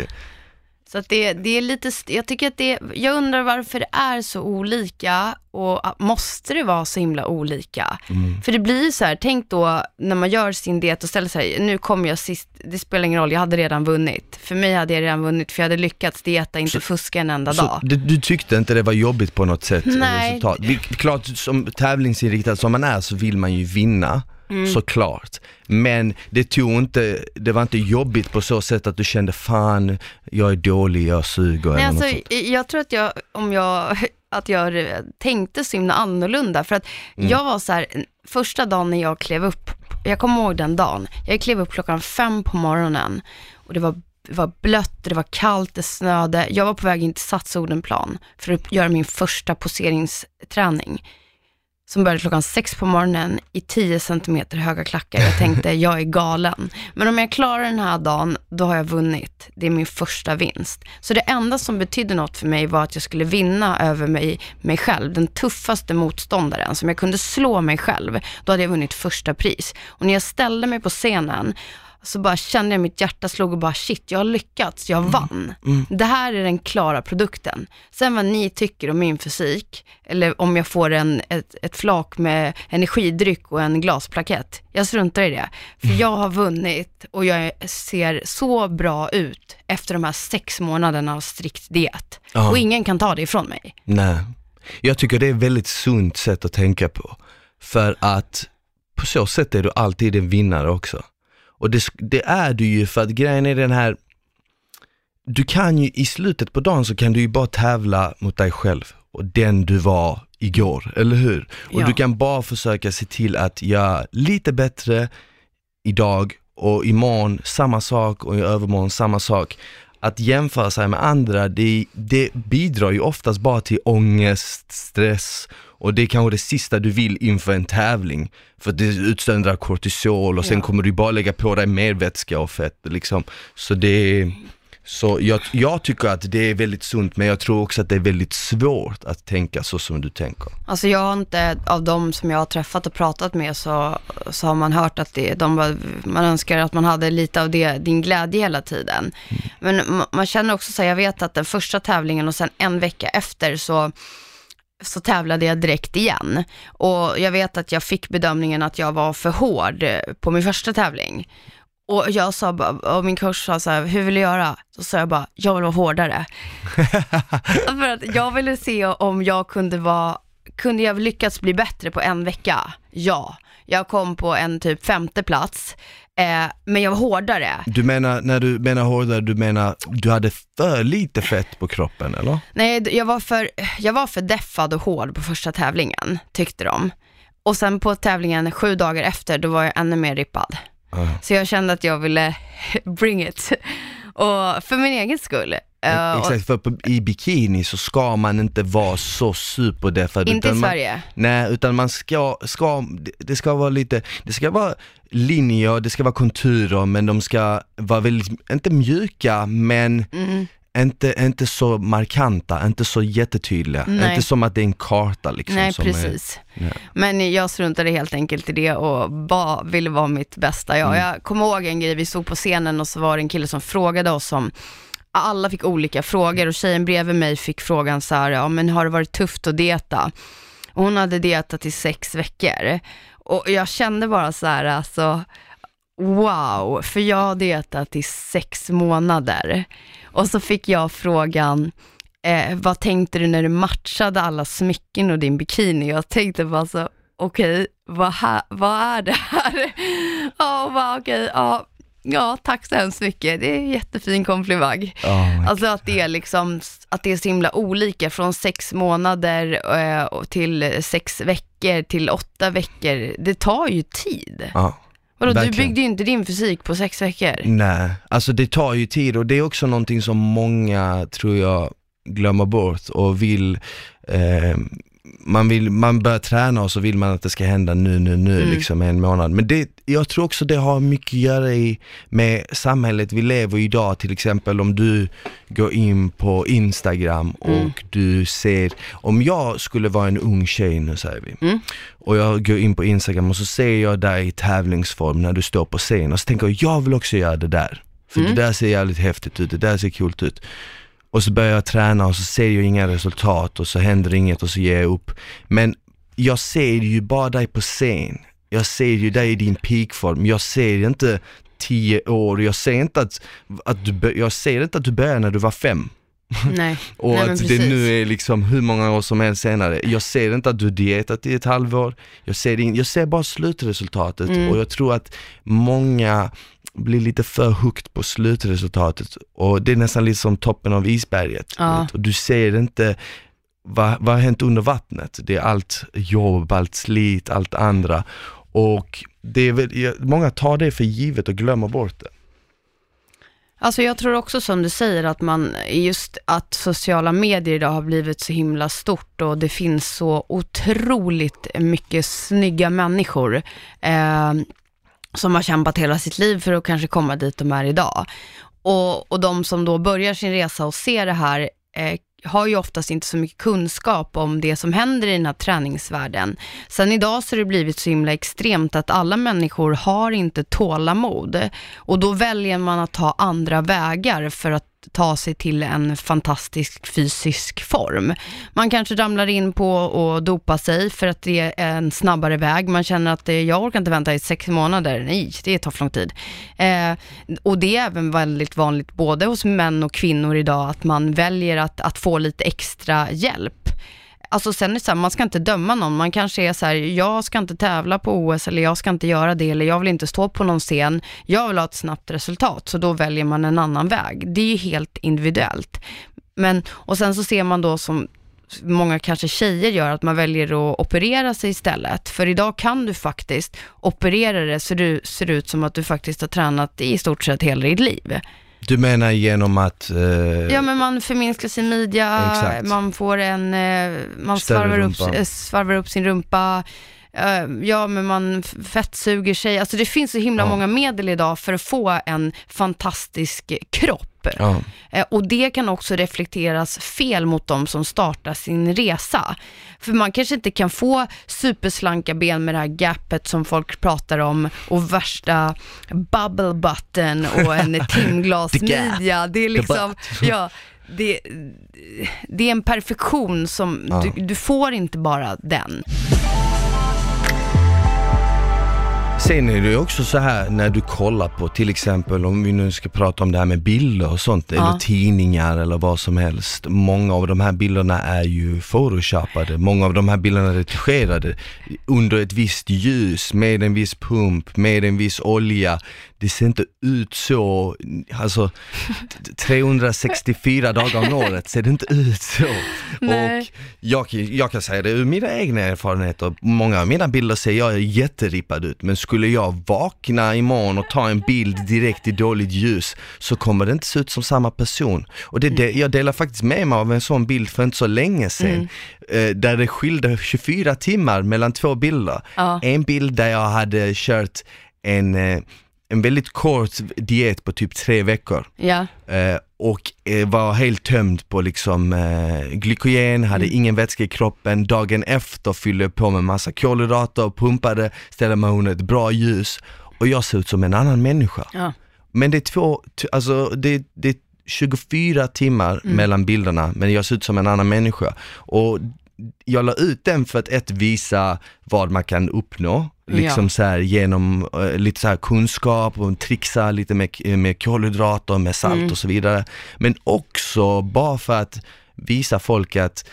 [SPEAKER 1] Så att det, det är lite, jag tycker att det, jag undrar varför det är så olika och måste det vara så himla olika? Mm. För det blir ju så här, tänk då när man gör sin diet och ställer sig, nu kommer jag sist, det spelar ingen roll, jag hade redan vunnit. För mig hade jag redan vunnit för jag hade lyckats dieta, inte så, fuska en enda
[SPEAKER 2] så
[SPEAKER 1] dag.
[SPEAKER 2] Du, du tyckte inte det var jobbigt på något sätt?
[SPEAKER 1] Nej.
[SPEAKER 2] Resultat. Det, klart, som tävlingsinriktad som man är så vill man ju vinna. Mm. Såklart. Men det tog inte, det var inte jobbigt på så sätt att du kände fan, jag är dålig, jag suger.
[SPEAKER 1] Nej,
[SPEAKER 2] eller
[SPEAKER 1] alltså,
[SPEAKER 2] något sånt.
[SPEAKER 1] Jag tror att jag, om jag, att jag tänkte så himla annorlunda. För att mm. jag var så här, första dagen när jag klev upp jag kommer ihåg den dagen. Jag klev upp klockan fem på morgonen och det var, det var blött, det var kallt, det snöde. Jag var på väg in till Satsodenplan för att göra min första poseringsträning. Som började klockan sex på morgonen i tio centimeter höga klackar. Jag tänkte, jag är galen. Men om jag klarar den här dagen, då har jag vunnit. Det är min första vinst. Så det enda som betydde något för mig var att jag skulle vinna över mig, mig själv. Den tuffaste motståndaren som jag kunde slå mig själv. Då hade jag vunnit första pris. Och när jag ställde mig på scenen så bara kände jag mitt hjärta slog och bara shit, jag har lyckats, jag vann. Mm. Mm. Det här är den klara produkten. Sen vad ni tycker om min fysik, eller om jag får en, ett, ett flak med energidryck och en glasplakett, jag struntar i det. För mm. jag har vunnit och jag ser så bra ut efter de här sex månaderna av strikt diet. Aha. Och ingen kan ta det ifrån mig.
[SPEAKER 2] Nej, jag tycker det är ett väldigt sunt sätt att tänka på. För att på så sätt är du alltid en vinnare också. Och det, det är du ju för att grejen är den här, du kan ju i slutet på dagen så kan du ju bara tävla mot dig själv och den du var igår, eller hur? Och ja. Du kan bara försöka se till att göra lite bättre idag och imorgon samma sak och i övermorgon samma sak. Att jämföra sig med andra, det, det bidrar ju oftast bara till ångest, stress och det är kanske det sista du vill inför en tävling. För det utsöndrar kortisol och sen ja. kommer du bara lägga på dig mer vätska och fett. Liksom. Så, det, så jag, jag tycker att det är väldigt sunt, men jag tror också att det är väldigt svårt att tänka så som du tänker.
[SPEAKER 1] Alltså jag har inte, av de som jag har träffat och pratat med så, så har man hört att det, de, man önskar att man hade lite av det, din glädje hela tiden. Mm. Men man, man känner också så, jag vet att den första tävlingen och sen en vecka efter så så tävlade jag direkt igen. Och jag vet att jag fick bedömningen att jag var för hård på min första tävling. Och jag sa bara, och min coach sa så här, hur vill du göra? Så sa jag bara, jag vill vara hårdare. För att jag ville se om jag kunde vara, kunde jag lyckats bli bättre på en vecka? Ja. Jag kom på en typ femte plats. Eh, men jag var hårdare.
[SPEAKER 2] Du menar, när du menar hårdare, du menar du hade för lite fett på kroppen, eller?
[SPEAKER 1] Nej, jag var för, jag var för deffad och hård på första tävlingen, tyckte de. Och sen på tävlingen sju dagar efter, då var jag ännu mer rippad. Uh. Så jag kände att jag ville bring it. Och för min egen skull.
[SPEAKER 2] Uh, Exakt, för på, i bikini så ska man inte vara så superdeffad.
[SPEAKER 1] Inte
[SPEAKER 2] utan
[SPEAKER 1] i Sverige.
[SPEAKER 2] Man, nej, utan man ska, ska, det ska vara lite, det ska vara linjer, det ska vara konturer, men de ska vara väldigt, inte mjuka, men mm. inte, inte så markanta, inte så jättetydliga. Nej. Inte som att det är en karta liksom.
[SPEAKER 1] Nej,
[SPEAKER 2] som
[SPEAKER 1] precis.
[SPEAKER 2] Är, ja.
[SPEAKER 1] Men jag struntade helt enkelt i det och bara ville vara mitt bästa. Jag, mm. jag kommer ihåg en grej, vi stod på scenen och så var det en kille som frågade oss om, alla fick olika frågor och tjejen bredvid mig fick frågan så här, ja men har det varit tufft att dieta? Och hon hade dietat i sex veckor. Och jag kände bara så här, alltså wow, för jag har dietat i sex månader. Och så fick jag frågan, eh, vad tänkte du när du matchade alla smycken och din bikini? Jag tänkte bara så, okej, okay, vad, vad är det här? Ja, oh, okej, okay, ja. Ja, tack så hemskt mycket. Det är en jättefin komplimang. Oh alltså att det är liksom, att det är så himla olika från sex månader eh, till sex veckor till åtta veckor. Det tar ju tid. Ja. Vadå, du byggde ju inte din fysik på sex veckor.
[SPEAKER 2] Nej, alltså det tar ju tid och det är också någonting som många, tror jag, glömmer bort och vill... Eh, man vill, man börjar träna och så vill man att det ska hända nu, nu, nu mm. liksom en månad. Men det, jag tror också det har mycket att göra i, med samhället vi lever i idag. Till exempel om du går in på Instagram och mm. du ser, om jag skulle vara en ung tjej nu säger vi, mm. och jag går in på Instagram och så ser jag dig i tävlingsform när du står på scen och så tänker jag, jag vill också göra det där. För mm. det där ser jävligt häftigt ut, det där ser kul ut. Och så börjar jag träna och så ser jag inga resultat och så händer inget och så ger jag upp. Men jag ser ju bara dig på scen. Jag ser ju dig i din peakform. Jag ser inte tio år. Jag ser inte att, att, du, jag ser inte att du börjar när du var fem.
[SPEAKER 1] Nej.
[SPEAKER 2] och
[SPEAKER 1] Nej,
[SPEAKER 2] att det nu är liksom hur många år som helst senare. Jag ser inte att du dietat i ett halvår. Jag ser, in, jag ser bara slutresultatet. Mm. Och jag tror att många blir lite för högt på slutresultatet och det är nästan lite som toppen av isberget. Ja. Och du ser inte vad, vad har hänt under vattnet. Det är allt jobb, allt slit, allt andra. Och det är väl, många tar det för givet och glömmer bort det.
[SPEAKER 1] Alltså jag tror också som du säger att man just att sociala medier idag har blivit så himla stort och det finns så otroligt mycket snygga människor eh, som har kämpat hela sitt liv för att kanske komma dit de är idag. Och, och de som då börjar sin resa och ser det här eh, har ju oftast inte så mycket kunskap om det som händer i den här träningsvärlden. Sen idag så har det blivit så himla extremt att alla människor har inte tålamod. Och då väljer man att ta andra vägar för att ta sig till en fantastisk fysisk form. Man kanske ramlar in på att dopa sig för att det är en snabbare väg. Man känner att det, jag orkar inte vänta i sex månader. Nej, det tar för lång tid. Eh, och det är även väldigt vanligt både hos män och kvinnor idag att man väljer att, att få lite extra hjälp. Alltså sen är det så här, man ska inte döma någon. Man kanske är så här, jag ska inte tävla på O S eller jag ska inte göra det eller jag vill inte stå på någon scen. Jag vill ha ett snabbt resultat, så då väljer man en annan väg. Det är ju helt individuellt. Men, och sen så ser man då som många kanske tjejer gör att man väljer att operera sig istället. För idag kan du faktiskt operera det så du ser ut som att du faktiskt har tränat i stort sett hela ditt liv.
[SPEAKER 2] Du menar genom att... Eh,
[SPEAKER 1] ja, men man förminskar sin midja, exakt. Man får en... Eh, man svarvar upp, eh, svarvar upp sin rumpa. Eh, ja, men man fettsuger sig. Alltså det finns så himla ja. många medel idag för att få en fantastisk kropp. Ja. Eh, och det kan också reflekteras fel mot dem som startar sin resa. För man kanske inte kan få superslanka ben med det här gapet som folk pratar om och värsta bubble button och en timglasmidja. Det är liksom, ja, det, det är en perfektion som ja. du, du får inte bara den.
[SPEAKER 2] Sen är det ju också så här när du kollar på till exempel, om vi nu ska prata om det här med bilder och sånt, ja. eller tidningar eller vad som helst. Många av de här bilderna är ju photoshopade. Många av de här bilderna är retigerade under ett visst ljus, med en viss pump, med en viss olja. Det ser inte ut så, alltså trehundrasextiofyra dagar om året ser det inte ut så.
[SPEAKER 1] Nej.
[SPEAKER 2] Och jag, jag kan säga det ur mina egna erfarenheter. Många av mina bilder ser jag jätterippad ut, men skulle jag vakna imorgon och ta en bild direkt i dåligt ljus så kommer det inte se ut som samma person. Och det, det, jag delar faktiskt med mig av en sån bild för inte så länge sedan. Mm. Eh, där det skilde tjugofyra timmar mellan två bilder. Ja. En bild där jag hade kört en... Eh, en väldigt kort diet på typ tre veckor.
[SPEAKER 1] Ja.
[SPEAKER 2] Eh, och eh, var helt tömd på liksom eh, glykogen, hade mm. ingen vätska i kroppen. Dagen efter fyllde jag på med massa kolhydrater och pumpade, ställde mig under ett bra ljus. Och jag ser ut som en annan människa. Ja. Men det är två, t- alltså det, det är tjugofyra timmar mm. mellan bilderna, men jag ser ut som en annan människa. Och jag la ut den för att ett visa vad man kan uppnå liksom ja. så här genom uh, lite så här kunskap och trixa lite med, med kolhydrater, med salt mm. och så vidare, men också bara för att visa folk att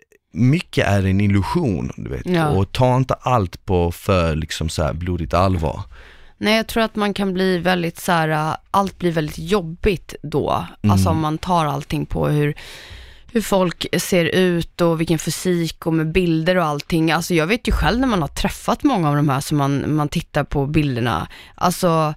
[SPEAKER 2] mycket är en illusion, du vet, ja. och ta inte allt på för liksom så här blodigt allvar.
[SPEAKER 1] Nej, jag tror att man kan bli väldigt så här, allt blir väldigt jobbigt då, mm. alltså om man tar allting på hur hur folk ser ut och vilken fysik och med bilder och allting. Alltså jag vet ju själv när man har träffat många av de här som man, man tittar på bilderna. Alltså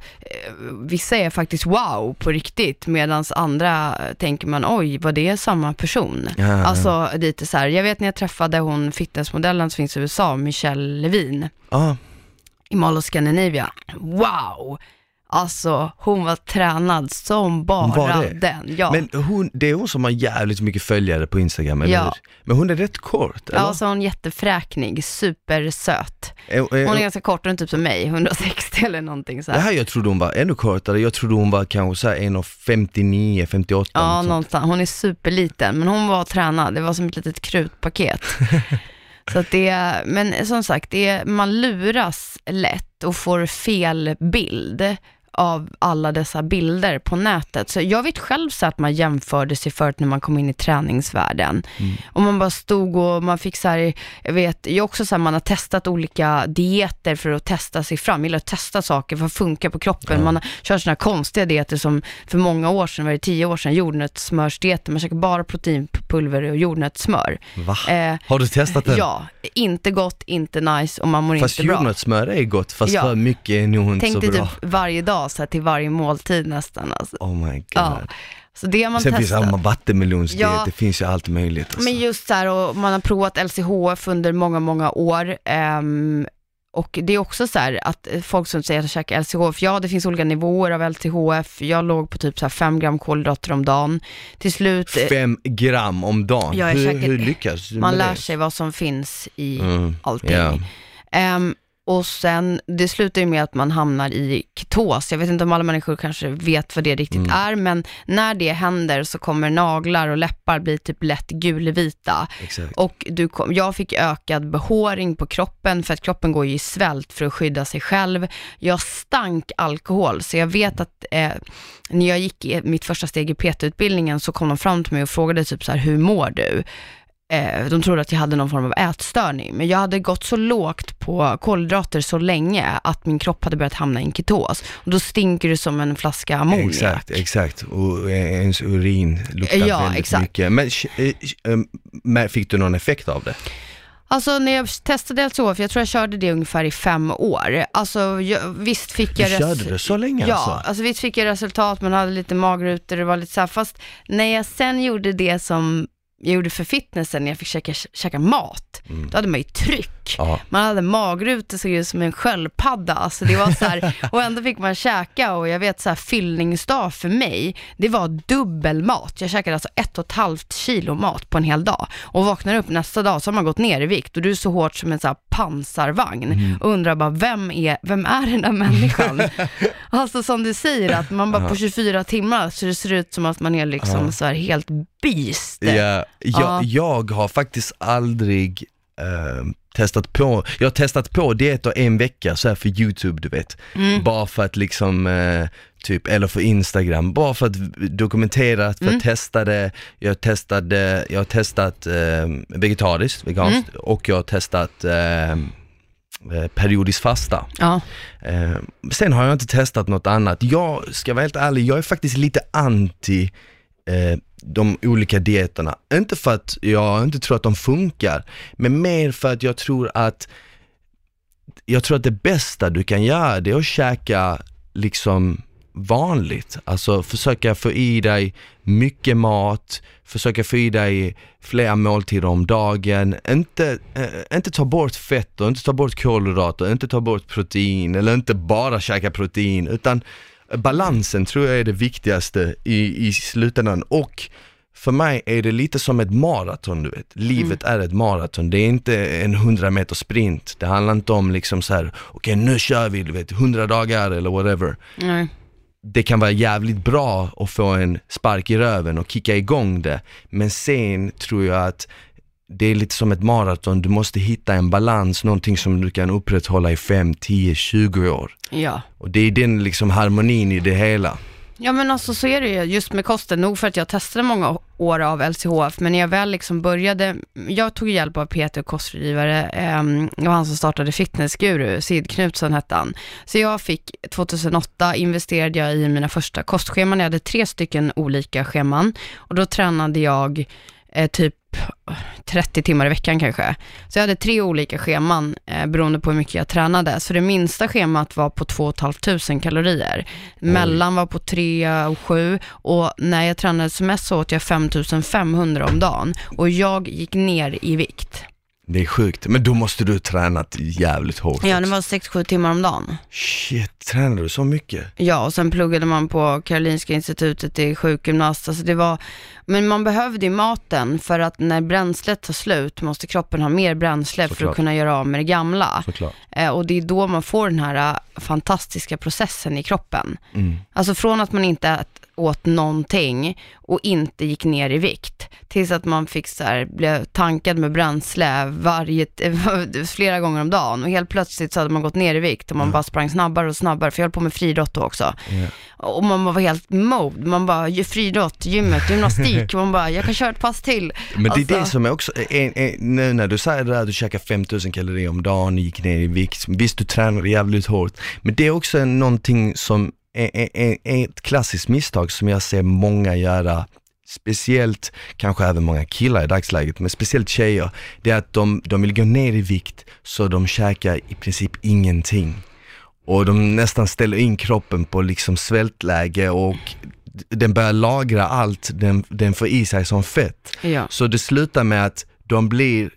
[SPEAKER 1] vissa är faktiskt wow på riktigt, medan andra tänker man oj, vad det är samma person. Ja, ja. Alltså lite så här, jag vet när jag träffade hon fitnessmodellen som finns i U S A, Michelle Levin.
[SPEAKER 2] Ja.
[SPEAKER 1] I Mall of Scandinavia. Wow! Alltså, hon var tränad som bara den. Ja.
[SPEAKER 2] Men hon, det är hon som har jävligt mycket följare på Instagram, eller ja. Men hon är rätt kort, eller?
[SPEAKER 1] Ja, så hon är jättefräknig, supersöt. Ä, ä, hon är ganska kort, hon är typ som mig, hundrasextio eller någonting så här.
[SPEAKER 2] Det här jag trodde hon var ännu kortare. Jag trodde hon var kanske så här en komma femtionio femtioåtta.
[SPEAKER 1] Ja, någonstans. Hon är superliten, men hon var tränad. Det var som ett litet krutpaket. Så att det, men som sagt, det, man luras lätt och får fel bild av alla dessa bilder på nätet. Så jag vet själv så att man jämförde sig förut när man kom in i träningsvärlden. Mm. Och man bara stod och man fick så här, jag vet, jag också så här, man har testat olika dieter för att testa sig fram. Eller att testa saker för att funka på kroppen. Mm. Man har kört såna här konstiga dieter som för många år sedan, var det tio år sedan, jordnötssmörsdieter. Man käkar bara proteinpulver och jordnötssmör.
[SPEAKER 2] Va? Eh, har du testat den?
[SPEAKER 1] Ja, inte gott, inte nice och man mår
[SPEAKER 2] fast
[SPEAKER 1] inte bra.
[SPEAKER 2] Fast jordnötssmör är gott, fast ja. För mycket är nog inte så bra.
[SPEAKER 1] Tänk dig typ varje dag så här, till varje måltid nästan. Alltså.
[SPEAKER 2] Oh my god.
[SPEAKER 1] Ja. Så det har man
[SPEAKER 2] Sen
[SPEAKER 1] testat.
[SPEAKER 2] finns alla vattenmelonsdiet, ja. Det finns ju allt möjligt. Alltså.
[SPEAKER 1] Men just så här, och man har provat L C H F under många, många år. Um, och det är också så här att folk som säger att jag käkar L C H F, ja det finns olika nivåer av L C H F. Jag låg på typ så här fem gram kolhydrater om dagen. Till slut...
[SPEAKER 2] Fem gram om dagen?
[SPEAKER 1] Ja,
[SPEAKER 2] hur,
[SPEAKER 1] käkar,
[SPEAKER 2] hur lyckas du
[SPEAKER 1] man
[SPEAKER 2] med
[SPEAKER 1] lär
[SPEAKER 2] det?
[SPEAKER 1] sig vad som finns i
[SPEAKER 2] mm.
[SPEAKER 1] allting.
[SPEAKER 2] Yeah.
[SPEAKER 1] Um, Och sen, det slutar ju med att man hamnar i ketos. Jag vet inte om alla människor kanske vet vad det riktigt mm. är, men när det händer så kommer naglar och läppar bli typ lätt gulvita.
[SPEAKER 2] Exakt.
[SPEAKER 1] Och du kom, jag fick ökad behåring på kroppen för att kroppen går ju i svält för att skydda sig själv. Jag stank alkohol, så jag vet att eh, när jag gick i mitt första steg i P T-utbildningen så kom de fram till mig och frågade typ så här, hur mår du? De trodde att jag hade någon form av ätstörning. Men jag hade gått så lågt på kolhydrater så länge att min kropp hade börjat hamna i en ketos. Och då stinker det som en flaska ammoniak.
[SPEAKER 2] Exakt, exakt. Och ens urin luktar
[SPEAKER 1] ja,
[SPEAKER 2] väldigt
[SPEAKER 1] exakt.
[SPEAKER 2] mycket. Men äh, fick du någon effekt av det?
[SPEAKER 1] Alltså när jag testade L C H F, jag tror jag körde det ungefär i fem år. Alltså jag, visst fick jag...
[SPEAKER 2] Du körde res- det så länge
[SPEAKER 1] ja,
[SPEAKER 2] alltså?
[SPEAKER 1] Ja, alltså visst fick jag resultat. Man hade lite magrutor, det var lite så här. Fast när jag sen gjorde det som jag gjorde för fitnessen, när jag fick käka, käka mat, mm. då hade man ju tryck. Ja. Man hade magrutor så just som en sköldpadda. Alltså det var så här, och ändå fick man käka, och jag vet så här, fyllningsdag för mig, det var dubbelmat. Jag käkade alltså ett och ett halvt kilo mat på en hel dag. Och vaknar upp nästa dag så har man gått ner i vikt, och du är så hårt som en så här pansarvagn. Mm. Och undrar bara, vem är, vem är den där människan? Alltså som du säger, att man bara på tjugofyra timmar så det ser ut som att man är liksom ja. så här helt beast.
[SPEAKER 2] Ja, jag, ja. jag har faktiskt aldrig uh, testat på, jag har testat på dieter en vecka så här för YouTube, du vet. Mm. Bara för att liksom uh, typ, eller för Instagram, bara för att dokumentera, för att mm. testa det. Jag testade, jag har testat uh, vegetariskt, veganskt mm. och jag har testat uh, periodiskt fasta.
[SPEAKER 1] Ja.
[SPEAKER 2] Uh, sen har jag inte testat något annat. Jag ska vara helt ärlig, jag är faktiskt lite anti uh, de olika dieterna. Inte för att jag inte tror att de funkar, men mer för att jag tror att jag tror att det bästa du kan göra, det är att käka liksom vanligt. Alltså försöka få i dig mycket mat, försöka få i dig flera måltider om dagen, inte, äh, inte ta bort fett och inte ta bort kolhydrater, inte ta bort protein, eller inte bara käka protein, utan balansen tror jag är det viktigaste i, i slutändan. Och för mig är det lite som ett maraton, du vet. Livet mm. är ett maraton. Det är inte en hundra meter sprint. Det handlar inte om liksom så här, okej, okay, nu kör vi, du vet, hundra dagar eller whatever.
[SPEAKER 1] Mm.
[SPEAKER 2] Det kan vara jävligt bra att få en spark i röven och kicka igång det. Men sen tror jag att det är lite som ett maraton. Du måste hitta en balans, någonting som du kan upprätthålla i fem, tio, tjugo år.
[SPEAKER 1] Ja.
[SPEAKER 2] Och det är den liksom harmonin i det hela.
[SPEAKER 1] Ja, men alltså så är det ju just med kosten, nog för att jag testade många år av L C H F, men när jag väl liksom började, jag tog hjälp av P T och kostrådgivare, eh, det var han som startade Fitnessguru, Sid Knutsson hette han. Så jag fick, tjugohundraåtta investerade jag i mina första kostscheman, jag hade tre stycken olika scheman, och då tränade jag eh, typ trettio timmar i veckan kanske. Så jag hade tre olika scheman eh, beroende på hur mycket jag tränade. Så det minsta schemat var på två och ett halvt tusen kalorier. Mellan var på tre och sju. Och när jag tränade som mest så åt jag fem tusen femhundra om dagen. Och jag gick ner i vikt.
[SPEAKER 2] Det är sjukt, men då måste du tränat jävligt hårt.
[SPEAKER 1] Ja, det var sex sju timmar om dagen.
[SPEAKER 2] Shit, tränade du så mycket?
[SPEAKER 1] Ja, och sen pluggade man på Karolinska institutet i sjukgymnast. Alltså det var, men man behövde ju maten, för att när bränslet tar slut måste kroppen ha mer bränsle. Såklart. För att kunna göra av med det gamla. Eh, och det är då man får den här uh, fantastiska processen i kroppen. Mm. Alltså från att man inte ät, åt någonting och inte gick ner i vikt. Tills att man fick så här, blev tankad med bränsle varje, flera gånger om dagen. Och helt plötsligt så hade man gått ner i vikt och man mm. bara sprang snabbare och snabbare. För jag höll på med friidrott också. Yeah. Och man var helt mode. Man bara, friidrott, gymmet, gymnastik. Man bara, jag kan köra ett pass till.
[SPEAKER 2] Men det är
[SPEAKER 1] alltså,
[SPEAKER 2] det som är också, är, är, nu när du säger det där, du käkar fem tusen kalorier om dagen, gick ner i vikt. Visst, du tränar jävligt hårt. Men det är också någonting som är, är, är, är ett klassiskt misstag som jag ser många göra. Speciellt, kanske även många killar i dagsläget, men speciellt tjejer, det är att de, de vill gå ner i vikt så de käkar i princip ingenting. Och de nästan ställer in kroppen på liksom svältläge och den börjar lagra allt den, den får i sig som fett.
[SPEAKER 1] Ja.
[SPEAKER 2] Så det slutar med att de blir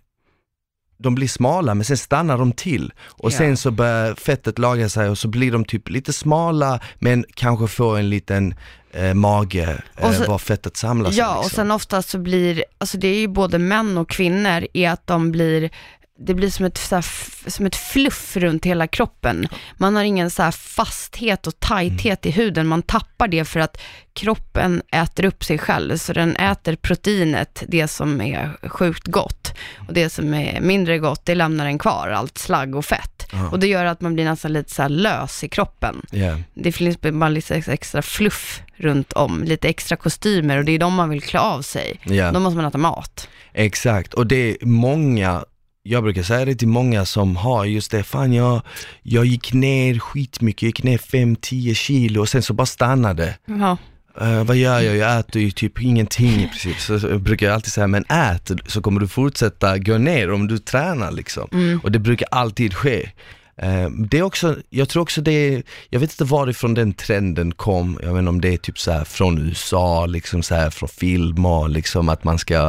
[SPEAKER 2] de blir smala, men sen stannar de till. Och ja. sen så börjar fettet lagra sig och så blir de typ lite smala, men kanske får en liten eh, mage eh, så, var fettet samlas.
[SPEAKER 1] Ja,
[SPEAKER 2] liksom.
[SPEAKER 1] Och sen oftast så blir, alltså det är ju både män och kvinnor, är att de blir, det blir som ett, så här, som ett fluff runt hela kroppen. Man har ingen så här fasthet och tajthet mm. i huden. Man tappar det för att kroppen äter upp sig själv. Så den äter proteinet, det som är sjukt gott. Och det som är mindre gott, det lämnar den kvar. Allt slagg och fett. Ah. Och det gör att man blir nästan lite så här lös i kroppen.
[SPEAKER 2] Yeah.
[SPEAKER 1] Det finns bara lite extra fluff runt om. Lite extra kostymer. Och det är de man vill klä av sig. Yeah. Då måste man äta mat.
[SPEAKER 2] Exakt. Och det är många... Jag brukar säga det till många som har just det, fan jag, jag gick ner skitmycket, jag gick ner fem till tio kilo och sen så bara stannade.
[SPEAKER 1] Ja.
[SPEAKER 2] Uh, vad gör jag? Jag äter ju typ ingenting i princip. Så, så brukar jag alltid säga, men ät så kommer du fortsätta gå ner om du tränar liksom. Mm. Och det brukar alltid ske. Uh, det är också, jag tror också det är, jag vet inte varifrån den trenden kom. Jag vet inte om det är typ så här från U S A, liksom så här från film och liksom att man ska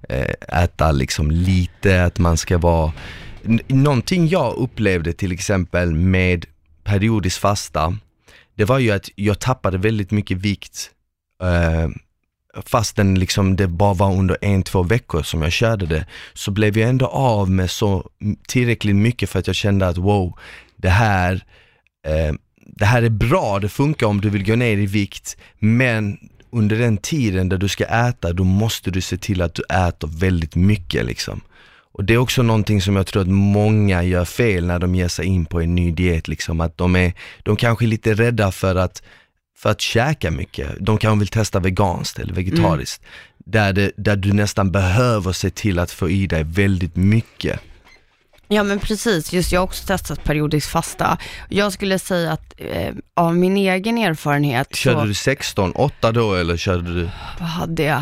[SPEAKER 2] uh, äta liksom lite, att man ska vara N- någonting jag upplevde till exempel med periodiskt fasta. Det var ju att jag tappade väldigt mycket vikt uh, fastän liksom det bara var under en, två veckor som jag körde det, så blev jag ändå av med så tillräckligt mycket för att jag kände att wow, det här uh, det här är bra, det funkar om du vill gå ner i vikt, men under den tiden där du ska äta, då måste du se till att du äter väldigt mycket liksom. Och det är också någonting som jag tror att många gör fel när de ger sig in på en ny diet liksom, att de är de kanske är lite rädda för att för att käka mycket. De kanske vill testa veganskt eller vegetariskt. Mm. Där det, där du nästan behöver se till att få i dig väldigt mycket.
[SPEAKER 1] Ja, men precis. Just jag har också testat periodiskt fasta. Jag skulle säga att eh, av min egen erfarenhet
[SPEAKER 2] körde
[SPEAKER 1] så...
[SPEAKER 2] du sexton, åtta då eller körde du?
[SPEAKER 1] Vad hade jag?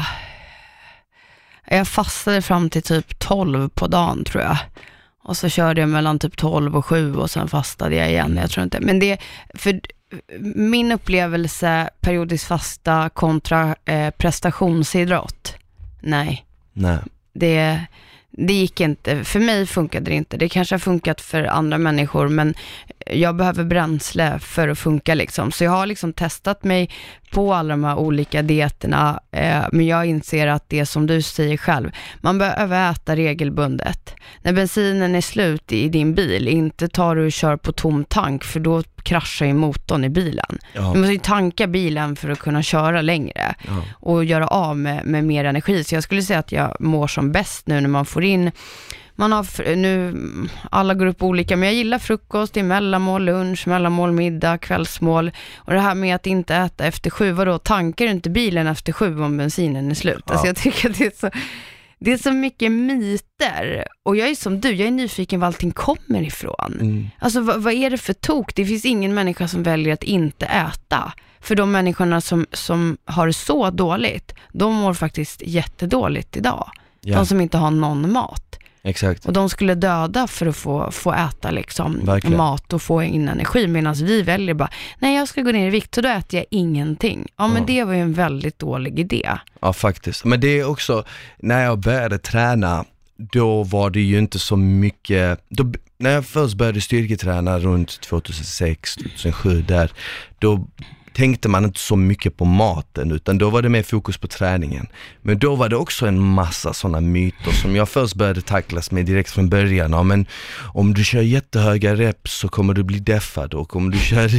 [SPEAKER 1] Jag fastade fram till typ tolv på dagen tror jag. Och så körde jag mellan typ tolv och sju och sen fastade jag igen. Jag tror inte. Men det, för min upplevelse periodiskt fasta kontra eh, prestationsidrott. Nej.
[SPEAKER 2] Nej.
[SPEAKER 1] Det, det gick inte. För mig funkade det inte. Det kanske har funkat för andra människor, men jag behöver bränsle för att funka liksom. Så jag har liksom testat mig på alla de här olika dieterna, eh, men jag inser att det som du säger själv, man behöver äta regelbundet. När bensinen är slut i din bil, inte tar du och kör på tom tank, för då kraschar ju motorn i bilen. Ja. Du måste ju tanka bilen för att kunna köra längre ja. och göra av med, med mer energi. Så jag skulle säga att jag mår som bäst nu när man får in, man har nu, alla går upp olika, men jag gillar frukost, i mellanmål, lunch, mellanmål, middag, kvällsmål. Och det här med att inte äta efter sju, vadå, tankar du inte bilen efter sju om bensinen är slut? Ja. Alltså jag tycker att det är så, det är så mycket myter. Och jag är som du, jag är nyfiken var allting kommer ifrån. Mm. Alltså vad, vad är det för tok? Det finns ingen människa som väljer att inte äta. För de människorna som, som har det så dåligt, de mår faktiskt jättedåligt idag. Ja. De som inte har någon mat.
[SPEAKER 2] Exakt.
[SPEAKER 1] Och de skulle döda för att få, få äta liksom mat och få in energi, medan vi väljer bara, nej jag ska gå ner i vikt så då äter jag ingenting. Ja, men ja. det var ju en väldigt dålig idé. Ja,
[SPEAKER 2] faktiskt. Men det är också, när jag började träna, då var det ju inte så mycket, då, när jag först började styrketräna runt tjugohundrasex tjugohundrasju där, då tänkte man inte så mycket på maten, utan då var det mer fokus på träningen. Men då var det också en massa sådana myter som jag först började tacklas med direkt från början. Ja, men om du kör jättehöga reps så kommer du bli deffad, och om du kör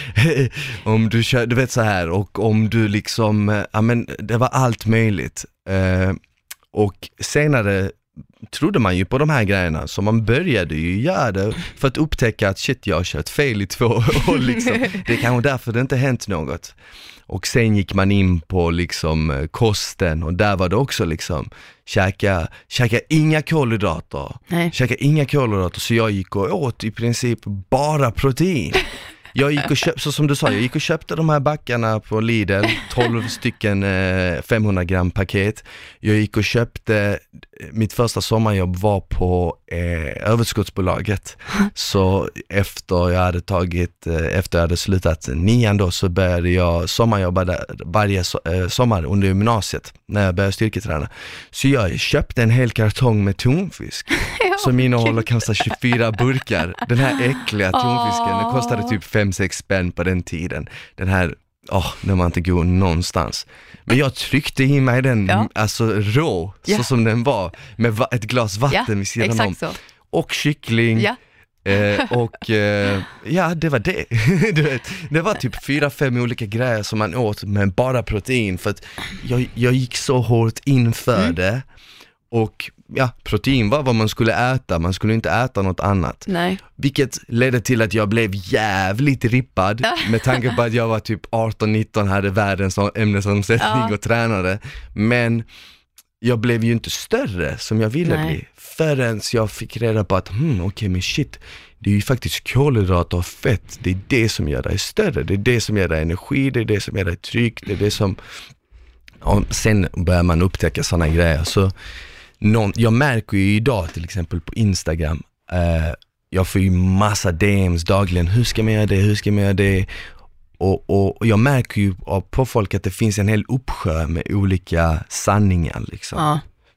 [SPEAKER 2] om du kör, du vet så här, och om du liksom, ja men det var allt möjligt. Eh, och senare trodde man ju på de här grejerna, så man började ju göra det för att upptäcka att shit, jag har kört fel i två år liksom. Det är kanske därför det inte hänt något. Och sen gick man in på liksom kosten, och där var det också liksom käka, käka inga kolhydrater. Nej. Käka inga kolhydrater, så jag gick och åt i princip bara protein. Jag gick och köpte, så som du sa, jag gick och köpte de här backarna på Lidl, tolv stycken eh, femhundra gram paket. Jag gick och köpte, mitt första sommarjobb var på eh, överskottsbolaget. Så efter jag hade tagit, eh, efter jag hade slutat nian då, så började jag sommarjobba där varje so- eh, sommar under gymnasiet när jag började styrketräna. Så jag köpte en hel kartong med tonfisk som innehåller kanske tjugofyra burkar. Den här äckliga tonfisken, den kostade typ fem sex spänn på den tiden. Den här, åh, oh, när man inte går någonstans. Men jag tryckte i mig den, ja. alltså rå, ja. så som den var, med va- ett glas vatten ja, vid sidan om. Så. Och kyckling. Ja. eh, och eh, ja, det var det. Du vet, det var typ fyra, fem olika grejer som man åt med bara protein. För att jag, jag gick så hårt inför mm. det. Och ja, protein var vad man skulle äta. Man skulle inte äta något annat. Nej. Vilket ledde till att jag blev jävligt rippad. Med tanke på att jag var typ arton nitton, hade världens ämnesomsättning ja. och tränade. Men jag blev ju inte större som jag ville Nej. bli. Förrän jag fick reda på att hmm, okej okay, men shit, det är ju faktiskt kolhydrater och fett. Det är det som gör dig större. Det är det som ger dig energi. Det är det som ger dig tryck. Det är det som... Och sen börjar man upptäcka sådana grejer. Så någon, jag märker ju idag till exempel på Instagram, eh, jag får ju massa D Ms dagligen. Hur ska man göra det? Hur ska man göra det? Och, och, och jag märker ju på folk att det finns en hel uppsjö med olika sanningar liksom.
[SPEAKER 1] Ja.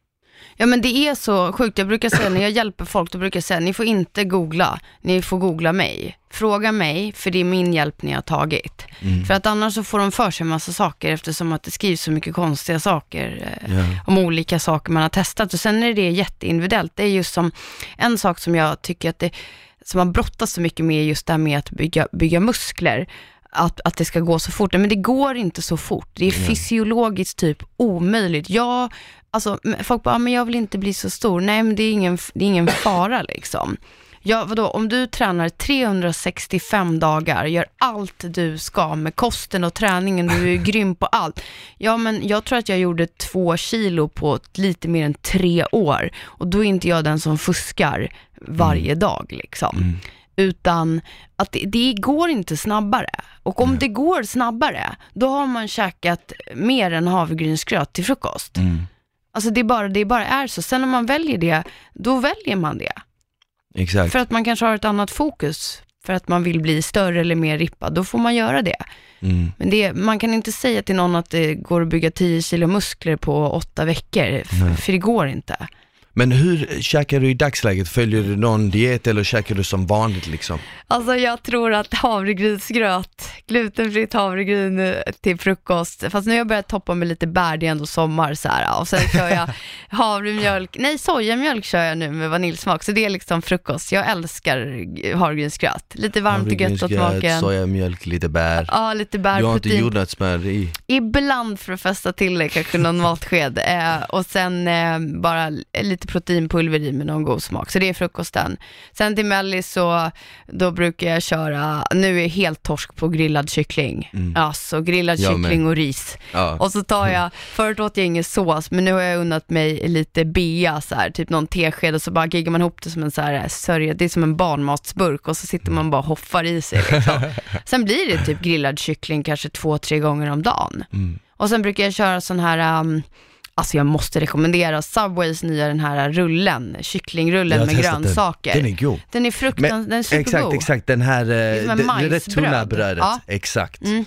[SPEAKER 1] Ja men det är så sjukt, jag brukar säga när jag hjälper folk, då brukar jag säga ni får inte googla, ni får googla mig. Fråga mig, för det är min hjälp ni har tagit. Mm. För att annars så får de för sig en massa saker, eftersom att det skrivs så mycket konstiga saker eh, yeah. om olika saker man har testat. Och sen är det jätteindividuellt. Det är just som en sak som jag tycker att det, som man brottas så mycket med, just det här med att bygga, bygga muskler. Att, att det ska gå så fort. Men det går inte så fort. Det är fysiologiskt typ omöjligt. Jag, alltså, folk bara, men jag vill inte bli så stor. Nej, men det är ingen, det är ingen fara liksom. Ja, vadå? Om du tränar trehundrasextiofem dagar, gör allt du ska med kosten och träningen, du är grym på allt. Ja, men jag tror att jag gjorde två kilo på lite mer än tre år. Och då är inte jag den som fuskar varje mm. dag liksom. Mm. Utan att det, det går inte snabbare. Och om mm. det går snabbare, då har man käkat mer än havregrynsgröt till frukost. Mm. Alltså det är bara, det bara är så. Sen när man väljer det, då väljer man det.
[SPEAKER 2] Exakt.
[SPEAKER 1] För att man kanske har ett annat fokus. För att man vill bli större eller mer rippad. Då får man göra det. Mm. Men det, man kan inte säga till någon att det går att bygga tio kilo muskler på åtta veckor. För, för det går inte.
[SPEAKER 2] Men hur käkar du i dagsläget? Följer du någon diet eller käkar du som vanligt liksom?
[SPEAKER 1] Alltså jag tror att havregrynsgröt, glutenfritt havregryn till frukost. Fast nu har jag börjat toppa med lite bär, det är ändå sommar så här. Och sen kör jag havremjölk, nej sojamjölk kör jag nu med vaniljsmak. Så det är liksom frukost. Jag älskar havregrynsgröt. Lite varmt och gött åt smaken.
[SPEAKER 2] Sojamjölk, lite bär.
[SPEAKER 1] Ja, lite bär.
[SPEAKER 2] Du har inte jordnötssmör i?
[SPEAKER 1] Ibland för att fästa till det, kanske någon matsked. Eh, och sen eh, bara lite proteinpulver i med någon god smak. Så det är frukosten. Sen till mellis så då brukar jag köra, nu är jag helt torsk på grillad kyckling. Mm. Alltså grillad jag kyckling med. Och ris. Ja. Och så tar jag, förut åt jag ingen sås, men nu har jag unnat mig lite bea så här, typ någon tesked och så bara giggar man ihop det som en så här sörja, det är som en barnmatsburk och så sitter man bara och hoffar i sig liksom. Sen blir det typ grillad kyckling kanske två, tre gånger om dagen. Mm. Och sen brukar jag köra sån här um, alltså jag måste rekommendera Subways nya den här rullen, kycklingrullen med grönsaker.
[SPEAKER 2] Den. den är god.
[SPEAKER 1] Den är fruktansvärt, den är supergod.
[SPEAKER 2] Exakt, exakt. Den här, det är det, det tunna brödet. Ja. Exakt. Mm.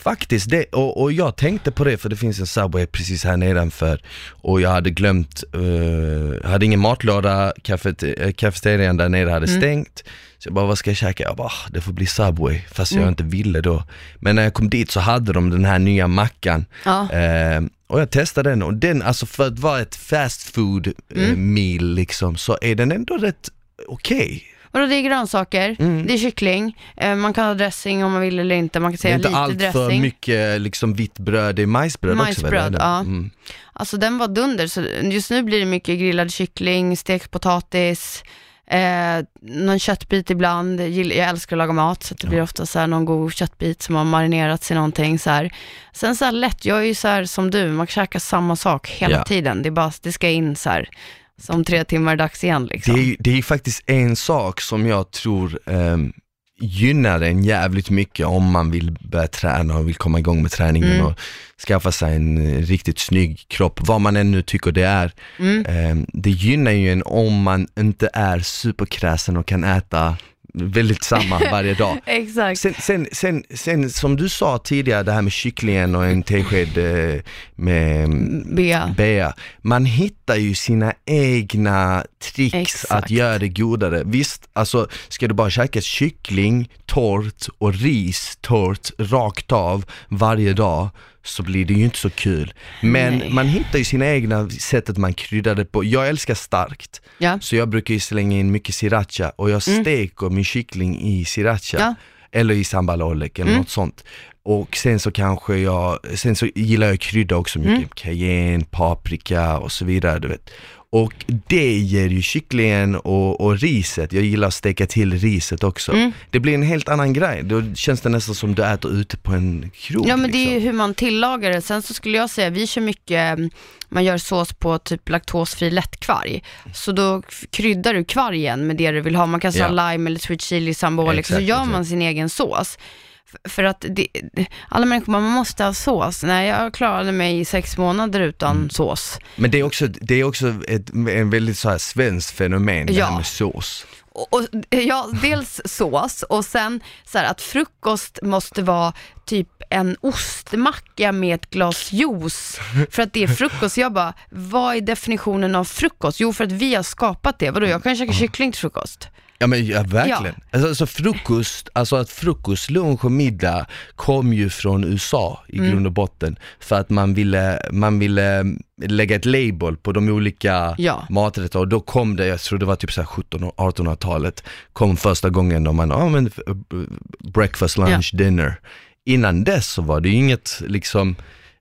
[SPEAKER 2] Faktiskt, det, och, och jag tänkte på det för det finns en Subway precis här nedanför och jag hade glömt, uh, hade ingen matlåda, kaffet, äh, kafeterian där nere hade mm. stängt. Så jag bara, vad ska jag käka? Jag bara, det får bli Subway, fast mm. jag inte ville då. Men när jag kom dit så hade de den här nya mackan. Ja. Uh, och jag testade den och den, alltså för att vara ett fast food mm. uh, meal liksom, så är den ändå rätt okej. Okay.
[SPEAKER 1] Och det är grönsaker, mm. det är kyckling, man kan ha dressing om man vill eller inte, man kan säga lite dressing. Det är inte allt för
[SPEAKER 2] mycket liksom vitt bröd, det är majsbröd,
[SPEAKER 1] majsbröd
[SPEAKER 2] också.
[SPEAKER 1] Ja.
[SPEAKER 2] Mm.
[SPEAKER 1] Alltså den var dunder, så just nu blir det mycket grillad kyckling, stekt potatis, eh, någon köttbit ibland. Jag älskar att laga mat, så det ja. blir ofta så här någon god köttbit som har marinerats i någonting så här. Sen så här lätt, jag är ju så här som du, man kan käka samma sak hela ja. tiden, det är bara, det ska in så här. Som tre timmar dags igen liksom.
[SPEAKER 2] Det är, det är faktiskt en sak som jag tror um, gynnar en jävligt mycket om man vill börja träna och vill komma igång med träningen mm. och skaffa sig en riktigt snygg kropp, vad man ännu tycker det är. Mm. Um, det gynnar ju en om man inte är superkräsen och kan äta väldigt samma varje dag.
[SPEAKER 1] Exakt.
[SPEAKER 2] Sen, sen, sen, sen som du sa tidigare, det här med kycklingen och en tesked eh, med
[SPEAKER 1] bea.
[SPEAKER 2] bea. Man hittar ju sina egna tricks Exakt. Att göra det godare. Visst, alltså ska du bara käka kyckling, torrt och ris, torrt, rakt av varje dag, så blir det ju inte så kul. Men Nej. man hittar ju sina egna sättet man kryddar det på. Jag älskar starkt. Ja. Så jag brukar ju slänga in mycket sriracha och jag mm. steker min kyckling i sriracha. Ja. Eller i sambal oleg eller mm. något sånt. Och sen så kanske jag, sen så gillar jag krydda också mycket. Mm. Cayenne, paprika och så vidare, du vet. Och det ger ju kycklingen och, och riset. Jag gillar att steka till riset också. Mm. Det blir en helt annan grej. Då känns det nästan som du äter ute på en krog.
[SPEAKER 1] Ja, men
[SPEAKER 2] liksom.
[SPEAKER 1] Det är ju hur man tillagar det. Sen så skulle jag säga, vi kör mycket, man gör sås på typ laktosfri lättkvarg. Så då kryddar du kvargen med det du vill ha. Man kan säga ja. lime eller sweet chili sambal. Så gör man exakt. sin egen sås. För att det, alla människor, man måste ha sås. Nej, jag klarade mig i sex månader utan mm. sås.
[SPEAKER 2] Men det är också, det är också ett en väldigt så här svensk fenomen, det
[SPEAKER 1] ja.
[SPEAKER 2] här med sås.
[SPEAKER 1] Och, och, ja, dels sås och sen så här, att frukost måste vara typ en ostmacka med ett glas juice för att det är frukost. Jag bara, vad är definitionen av frukost? Jo, för att vi har skapat det. Vadå, jag kan käka kyckling till frukost.
[SPEAKER 2] Ja, men ja, verkligen. Ja. Alltså, alltså frukost, alltså att frukost, lunch och middag kom ju från U S A i mm. grund och botten, för att man ville, man ville lägga ett label på de olika ja. maträtter, och då kom det, jag tror det var typ så här sjuttonhundra-artonhundratalet, kom första gången då man, ja men breakfast, lunch, ja. dinner. Innan dess så var det ju inget liksom,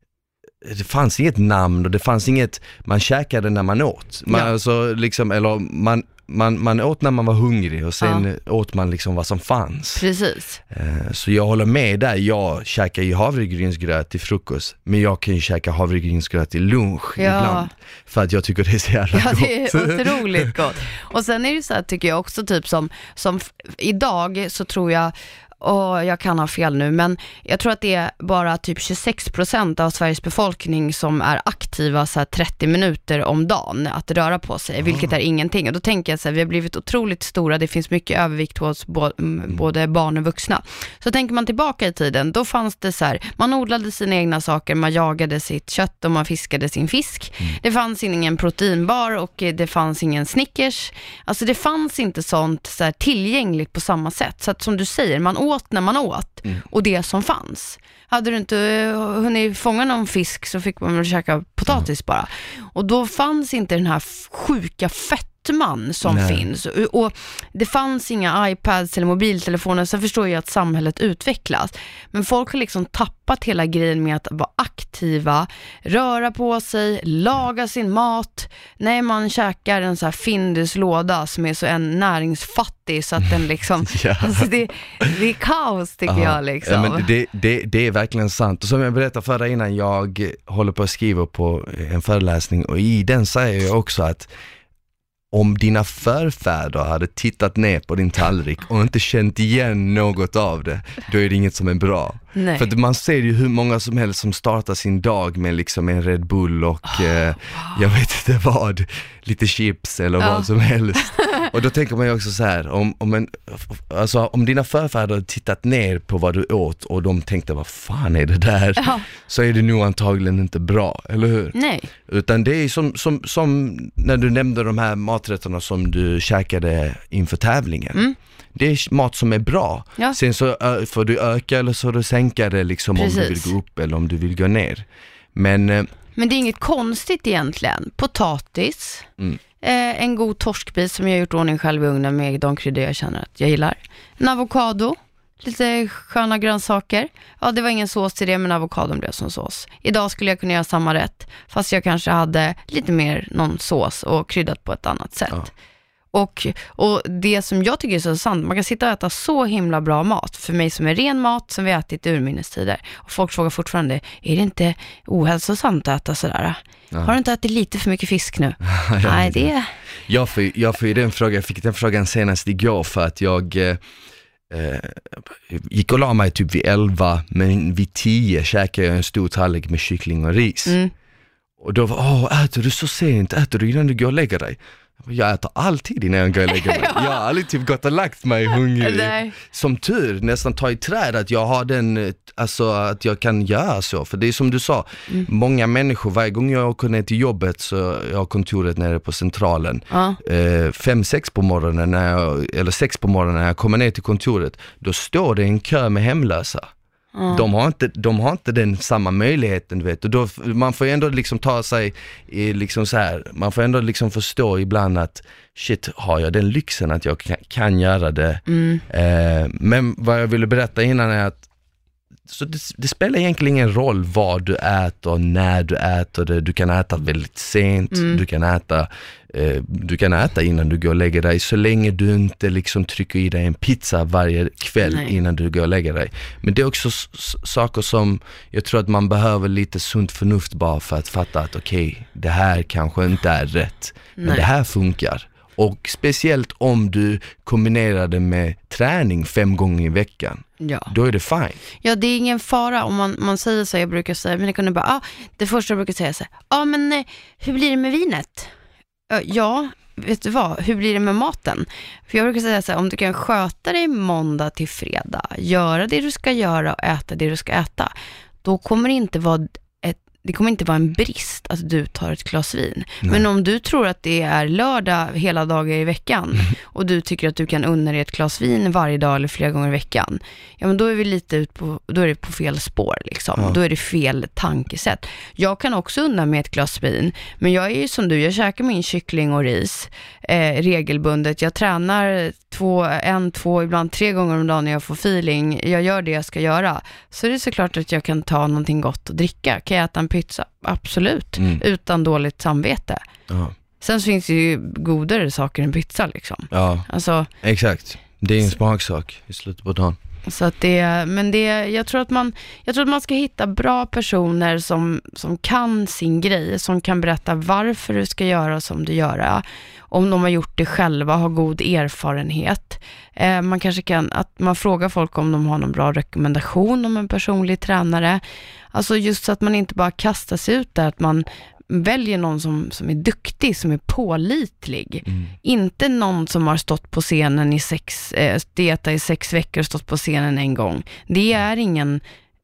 [SPEAKER 2] det fanns inget namn och det fanns inget, man käkade när man åt. Man, ja. alltså, liksom, eller man Man, man åt när man var hungrig och sen ja. åt man liksom vad som fanns.
[SPEAKER 1] Precis.
[SPEAKER 2] Eh, så jag håller med där. Jag käkar ju havregrynsgröt till frukost, men jag kan ju käka havregrynsgröt till lunch ja. ibland. För att jag tycker det är så jävla
[SPEAKER 1] ja,
[SPEAKER 2] gott.
[SPEAKER 1] Ja, det är otroligt gott. Och sen är det så här, tycker jag också, typ som, som idag så tror jag, och jag kan ha fel nu, men jag tror att det är bara typ tjugosex procent av Sveriges befolkning som är aktiva så här trettio minuter om dagen att röra på sig, vilket är ingenting. Och då tänker jag så här, vi har blivit otroligt stora, det finns mycket övervikt hos bo- både barn och vuxna. Så tänker man tillbaka i tiden, då fanns det så här, man odlade sina egna saker, man jagade sitt kött och man fiskade sin fisk. Mm. Det fanns ingen proteinbar och det fanns ingen Snickers. Alltså det fanns inte sånt så här tillgängligt på samma sätt. Så att som du säger, man åt när man åt mm. och det som fanns. Hade du inte hunnit fånga någon fisk så fick man väl käka potatis mm. bara. Och då fanns inte den här sjuka fettman som Nej. finns. Och det fanns inga iPads eller mobiltelefoner. Så förstår jag att samhället utvecklas. Men folk har liksom tappat hela grejen med att vara aktiva, röra på sig, laga sin mat. Nej, man käkar en så här Findus låda som är så en näringsfattig så att den liksom ja. alltså det, det är kaos tycker Aha. jag liksom.
[SPEAKER 2] Ja, men det, det, det är verkligen sant. Och som jag berättade för dig innan, jag håller på att skriva på en föreläsning och i den säger jag också att om dina förfäder hade tittat ner på din tallrik och inte känt igen något av det, då är det inget som är bra. Nej. För man ser ju hur många som helst som startar sin dag med liksom en Red Bull och oh, eh, wow. jag vet inte vad, lite chips eller ja. vad som helst. Och då tänker man ju också så här, om, om, en, alltså, om dina förfäder hade tittat ner på vad du åt och de tänkte, vad fan är det där? Ja. Så är det nog antagligen inte bra, eller hur?
[SPEAKER 1] Nej.
[SPEAKER 2] Utan det är som, som, som när du nämnde de här maträtterna som du käkade inför tävlingen. Mm. Det är mat som är bra. Ja. Sen så får du öka eller så får du sänka det liksom. Precis. Om du vill gå upp eller om du vill gå ner. Men,
[SPEAKER 1] Men det är inget konstigt egentligen. Potatis, mm. eh, en god torskbit som jag har gjort ordning själv i ugnen med de kryddor jag känner att jag gillar. En avokado, lite sköna grönsaker. Ja, det var ingen sås till det, men avokadon blev som sås. Idag skulle jag kunna göra samma rätt, fast jag kanske hade lite mer någon sås och kryddat på ett annat sätt. Ja. Och, och det som jag tycker är så sant, man kan sitta och äta så himla bra mat. För mig som är ren mat som vi ätit i urminnes-tider. Och folk frågar fortfarande, är det inte ohälsosamt att äta sådär? Ja. Har du inte ätit lite för mycket fisk nu? Nej, det...
[SPEAKER 2] Jag får, jag får ju den frågan, jag fick den frågan senast igår för att jag... Eh... Uh, gick och la mig typ vid elva, men vid tio käkade jag en stor tallrik med kyckling och ris. Mm. Och då var, åh, äter du så sent? Äter du innan du går och lägger dig? Jag äter alltid innan jag går och lägger mig. Ja. Jag har aldrig typ gått och lagt mig hungrig. Nej. Som tur, nästan ta i träd att jag har den, alltså att jag kan göra så. För det är som du sa, mm. många människor, varje gång jag åker ner till jobbet så jag har kontoret nere på centralen. Ja. Eh, fem, sex på morgonen, när jag, eller sex på morgonen när jag kommer ner till kontoret, då står det en kö med hemlösa. Mm. De, har inte, de har inte den samma möjligheten, du vet. Och då, man får ändå liksom ta sig i, liksom så här, man får ändå liksom förstå ibland att shit, har jag den lyxen att jag kan, kan göra det. Mm. Eh, men vad jag ville berätta innan är att så det, det spelar egentligen ingen roll vad du äter, när du äter det. Du kan äta väldigt sent, mm. du kan äta eh, du kan äta innan du går och lägger dig, så länge du inte liksom trycker i dig en pizza varje kväll. Nej. Innan du går och lägger dig. Men det är också s- s- saker som jag tror att man behöver lite sunt förnuft bara för att fatta att okej, okay, det här kanske inte är rätt. Men Nej. Det här funkar. Och speciellt om du kombinerar det med träning fem gånger i veckan. Ja. Då är det fine.
[SPEAKER 1] Ja, det är ingen fara om man, man säger så. Jag brukar säga, men jag kunde bara, ah, det första jag brukar säga så här, ja ah, men eh, hur blir det med vinet? Uh, ja, vet du vad, hur blir det med maten? För jag brukar säga så här, om du kan sköta dig måndag till fredag, göra det du ska göra och äta det du ska äta, då kommer det inte vara ett det kommer inte vara en brist att du tar ett glas vin. Nej. Men om du tror att det är lördag hela dagar i veckan och du tycker att du kan unna dig ett glas vin varje dag eller flera gånger i veckan, ja men då är vi lite ut på, då är det på fel spår liksom. Ja. Då är det fel tankesätt. Jag kan också unna mig ett glas vin, men jag är ju som du, jag käkar min kyckling och ris eh, regelbundet. Jag tränar två, en, två, ibland tre gånger om dagen när jag får feeling. Jag gör det jag ska göra. Så det är såklart att jag kan ta någonting gott att dricka. Kan jag äta en pizza? Absolut. Mm. Utan dåligt samvete. Ja. Sen så finns det ju godare saker än pizza liksom.
[SPEAKER 2] Ja,
[SPEAKER 1] alltså,
[SPEAKER 2] exakt. Det är en smaksak i slutet på dagen.
[SPEAKER 1] Så att det, men det, jag tror att man, jag tror att man ska hitta bra personer som, som kan sin grej, som kan berätta varför du ska göra som du gör. Om de har gjort det själva, har god erfarenhet. Eh, man kanske kan, att man frågar folk om de har någon bra rekommendation om en personlig tränare. Alltså just så att man inte bara kastar sig ut där, att man väljer någon som, som är duktig, som är pålitlig. Mm. Inte någon som har stått på scenen i sex, eh, dieta i sex veckor och stått på scenen en gång. Det är ingen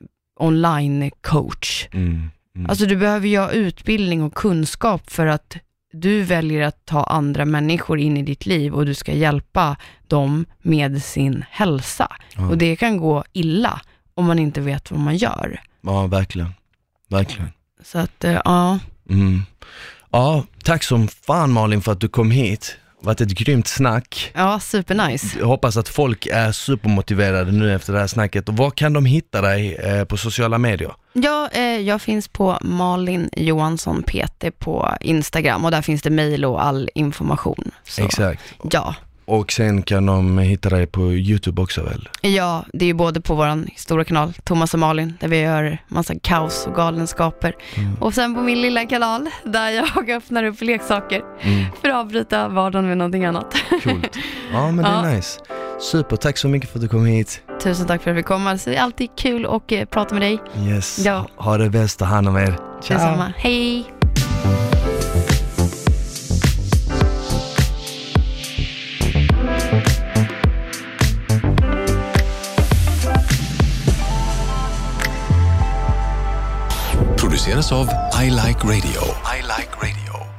[SPEAKER 1] online coach. Mm. Mm. Alltså du behöver ju ha utbildning och kunskap för att du väljer att ta andra människor in i ditt liv och du ska hjälpa dem med sin hälsa. Ja. Och det kan gå illa om man inte vet vad man gör.
[SPEAKER 2] Ja, verkligen. Verkligen.
[SPEAKER 1] Så att, eh, ja...
[SPEAKER 2] Mm. Ja, tack som fan Malin för att du kom hit. Det har varit ett grymt snack.
[SPEAKER 1] Ja, supernice.
[SPEAKER 2] Jag hoppas att folk är supermotiverade nu efter det här snacket. Och var kan de hitta dig eh, på sociala medier?
[SPEAKER 1] Ja, eh, jag finns på Malin Johansson P T på Instagram. Och där finns det mejl och all information. Så,
[SPEAKER 2] exakt.
[SPEAKER 1] Ja.
[SPEAKER 2] Och sen kan de hitta dig på YouTube också väl?
[SPEAKER 1] Ja, det är ju både på vår stora kanal Thomas och Malin, där vi gör massa kaos och galenskaper. Mm. Och sen på min lilla kanal där jag öppnar upp leksaker mm. för att avbryta vardagen med någonting annat.
[SPEAKER 2] Coolt. Ja, men det är ja. nice. Super, tack så mycket för att du kom hit.
[SPEAKER 1] Tusen tack för att vi kom. Alltså, det är alltid kul att uh, prata med dig.
[SPEAKER 2] Yes, ja. Ha det bäst och hand om er. Ciao.
[SPEAKER 1] Detsamma. Hej.
[SPEAKER 3] produceras av I Like Radio. I Like Radio.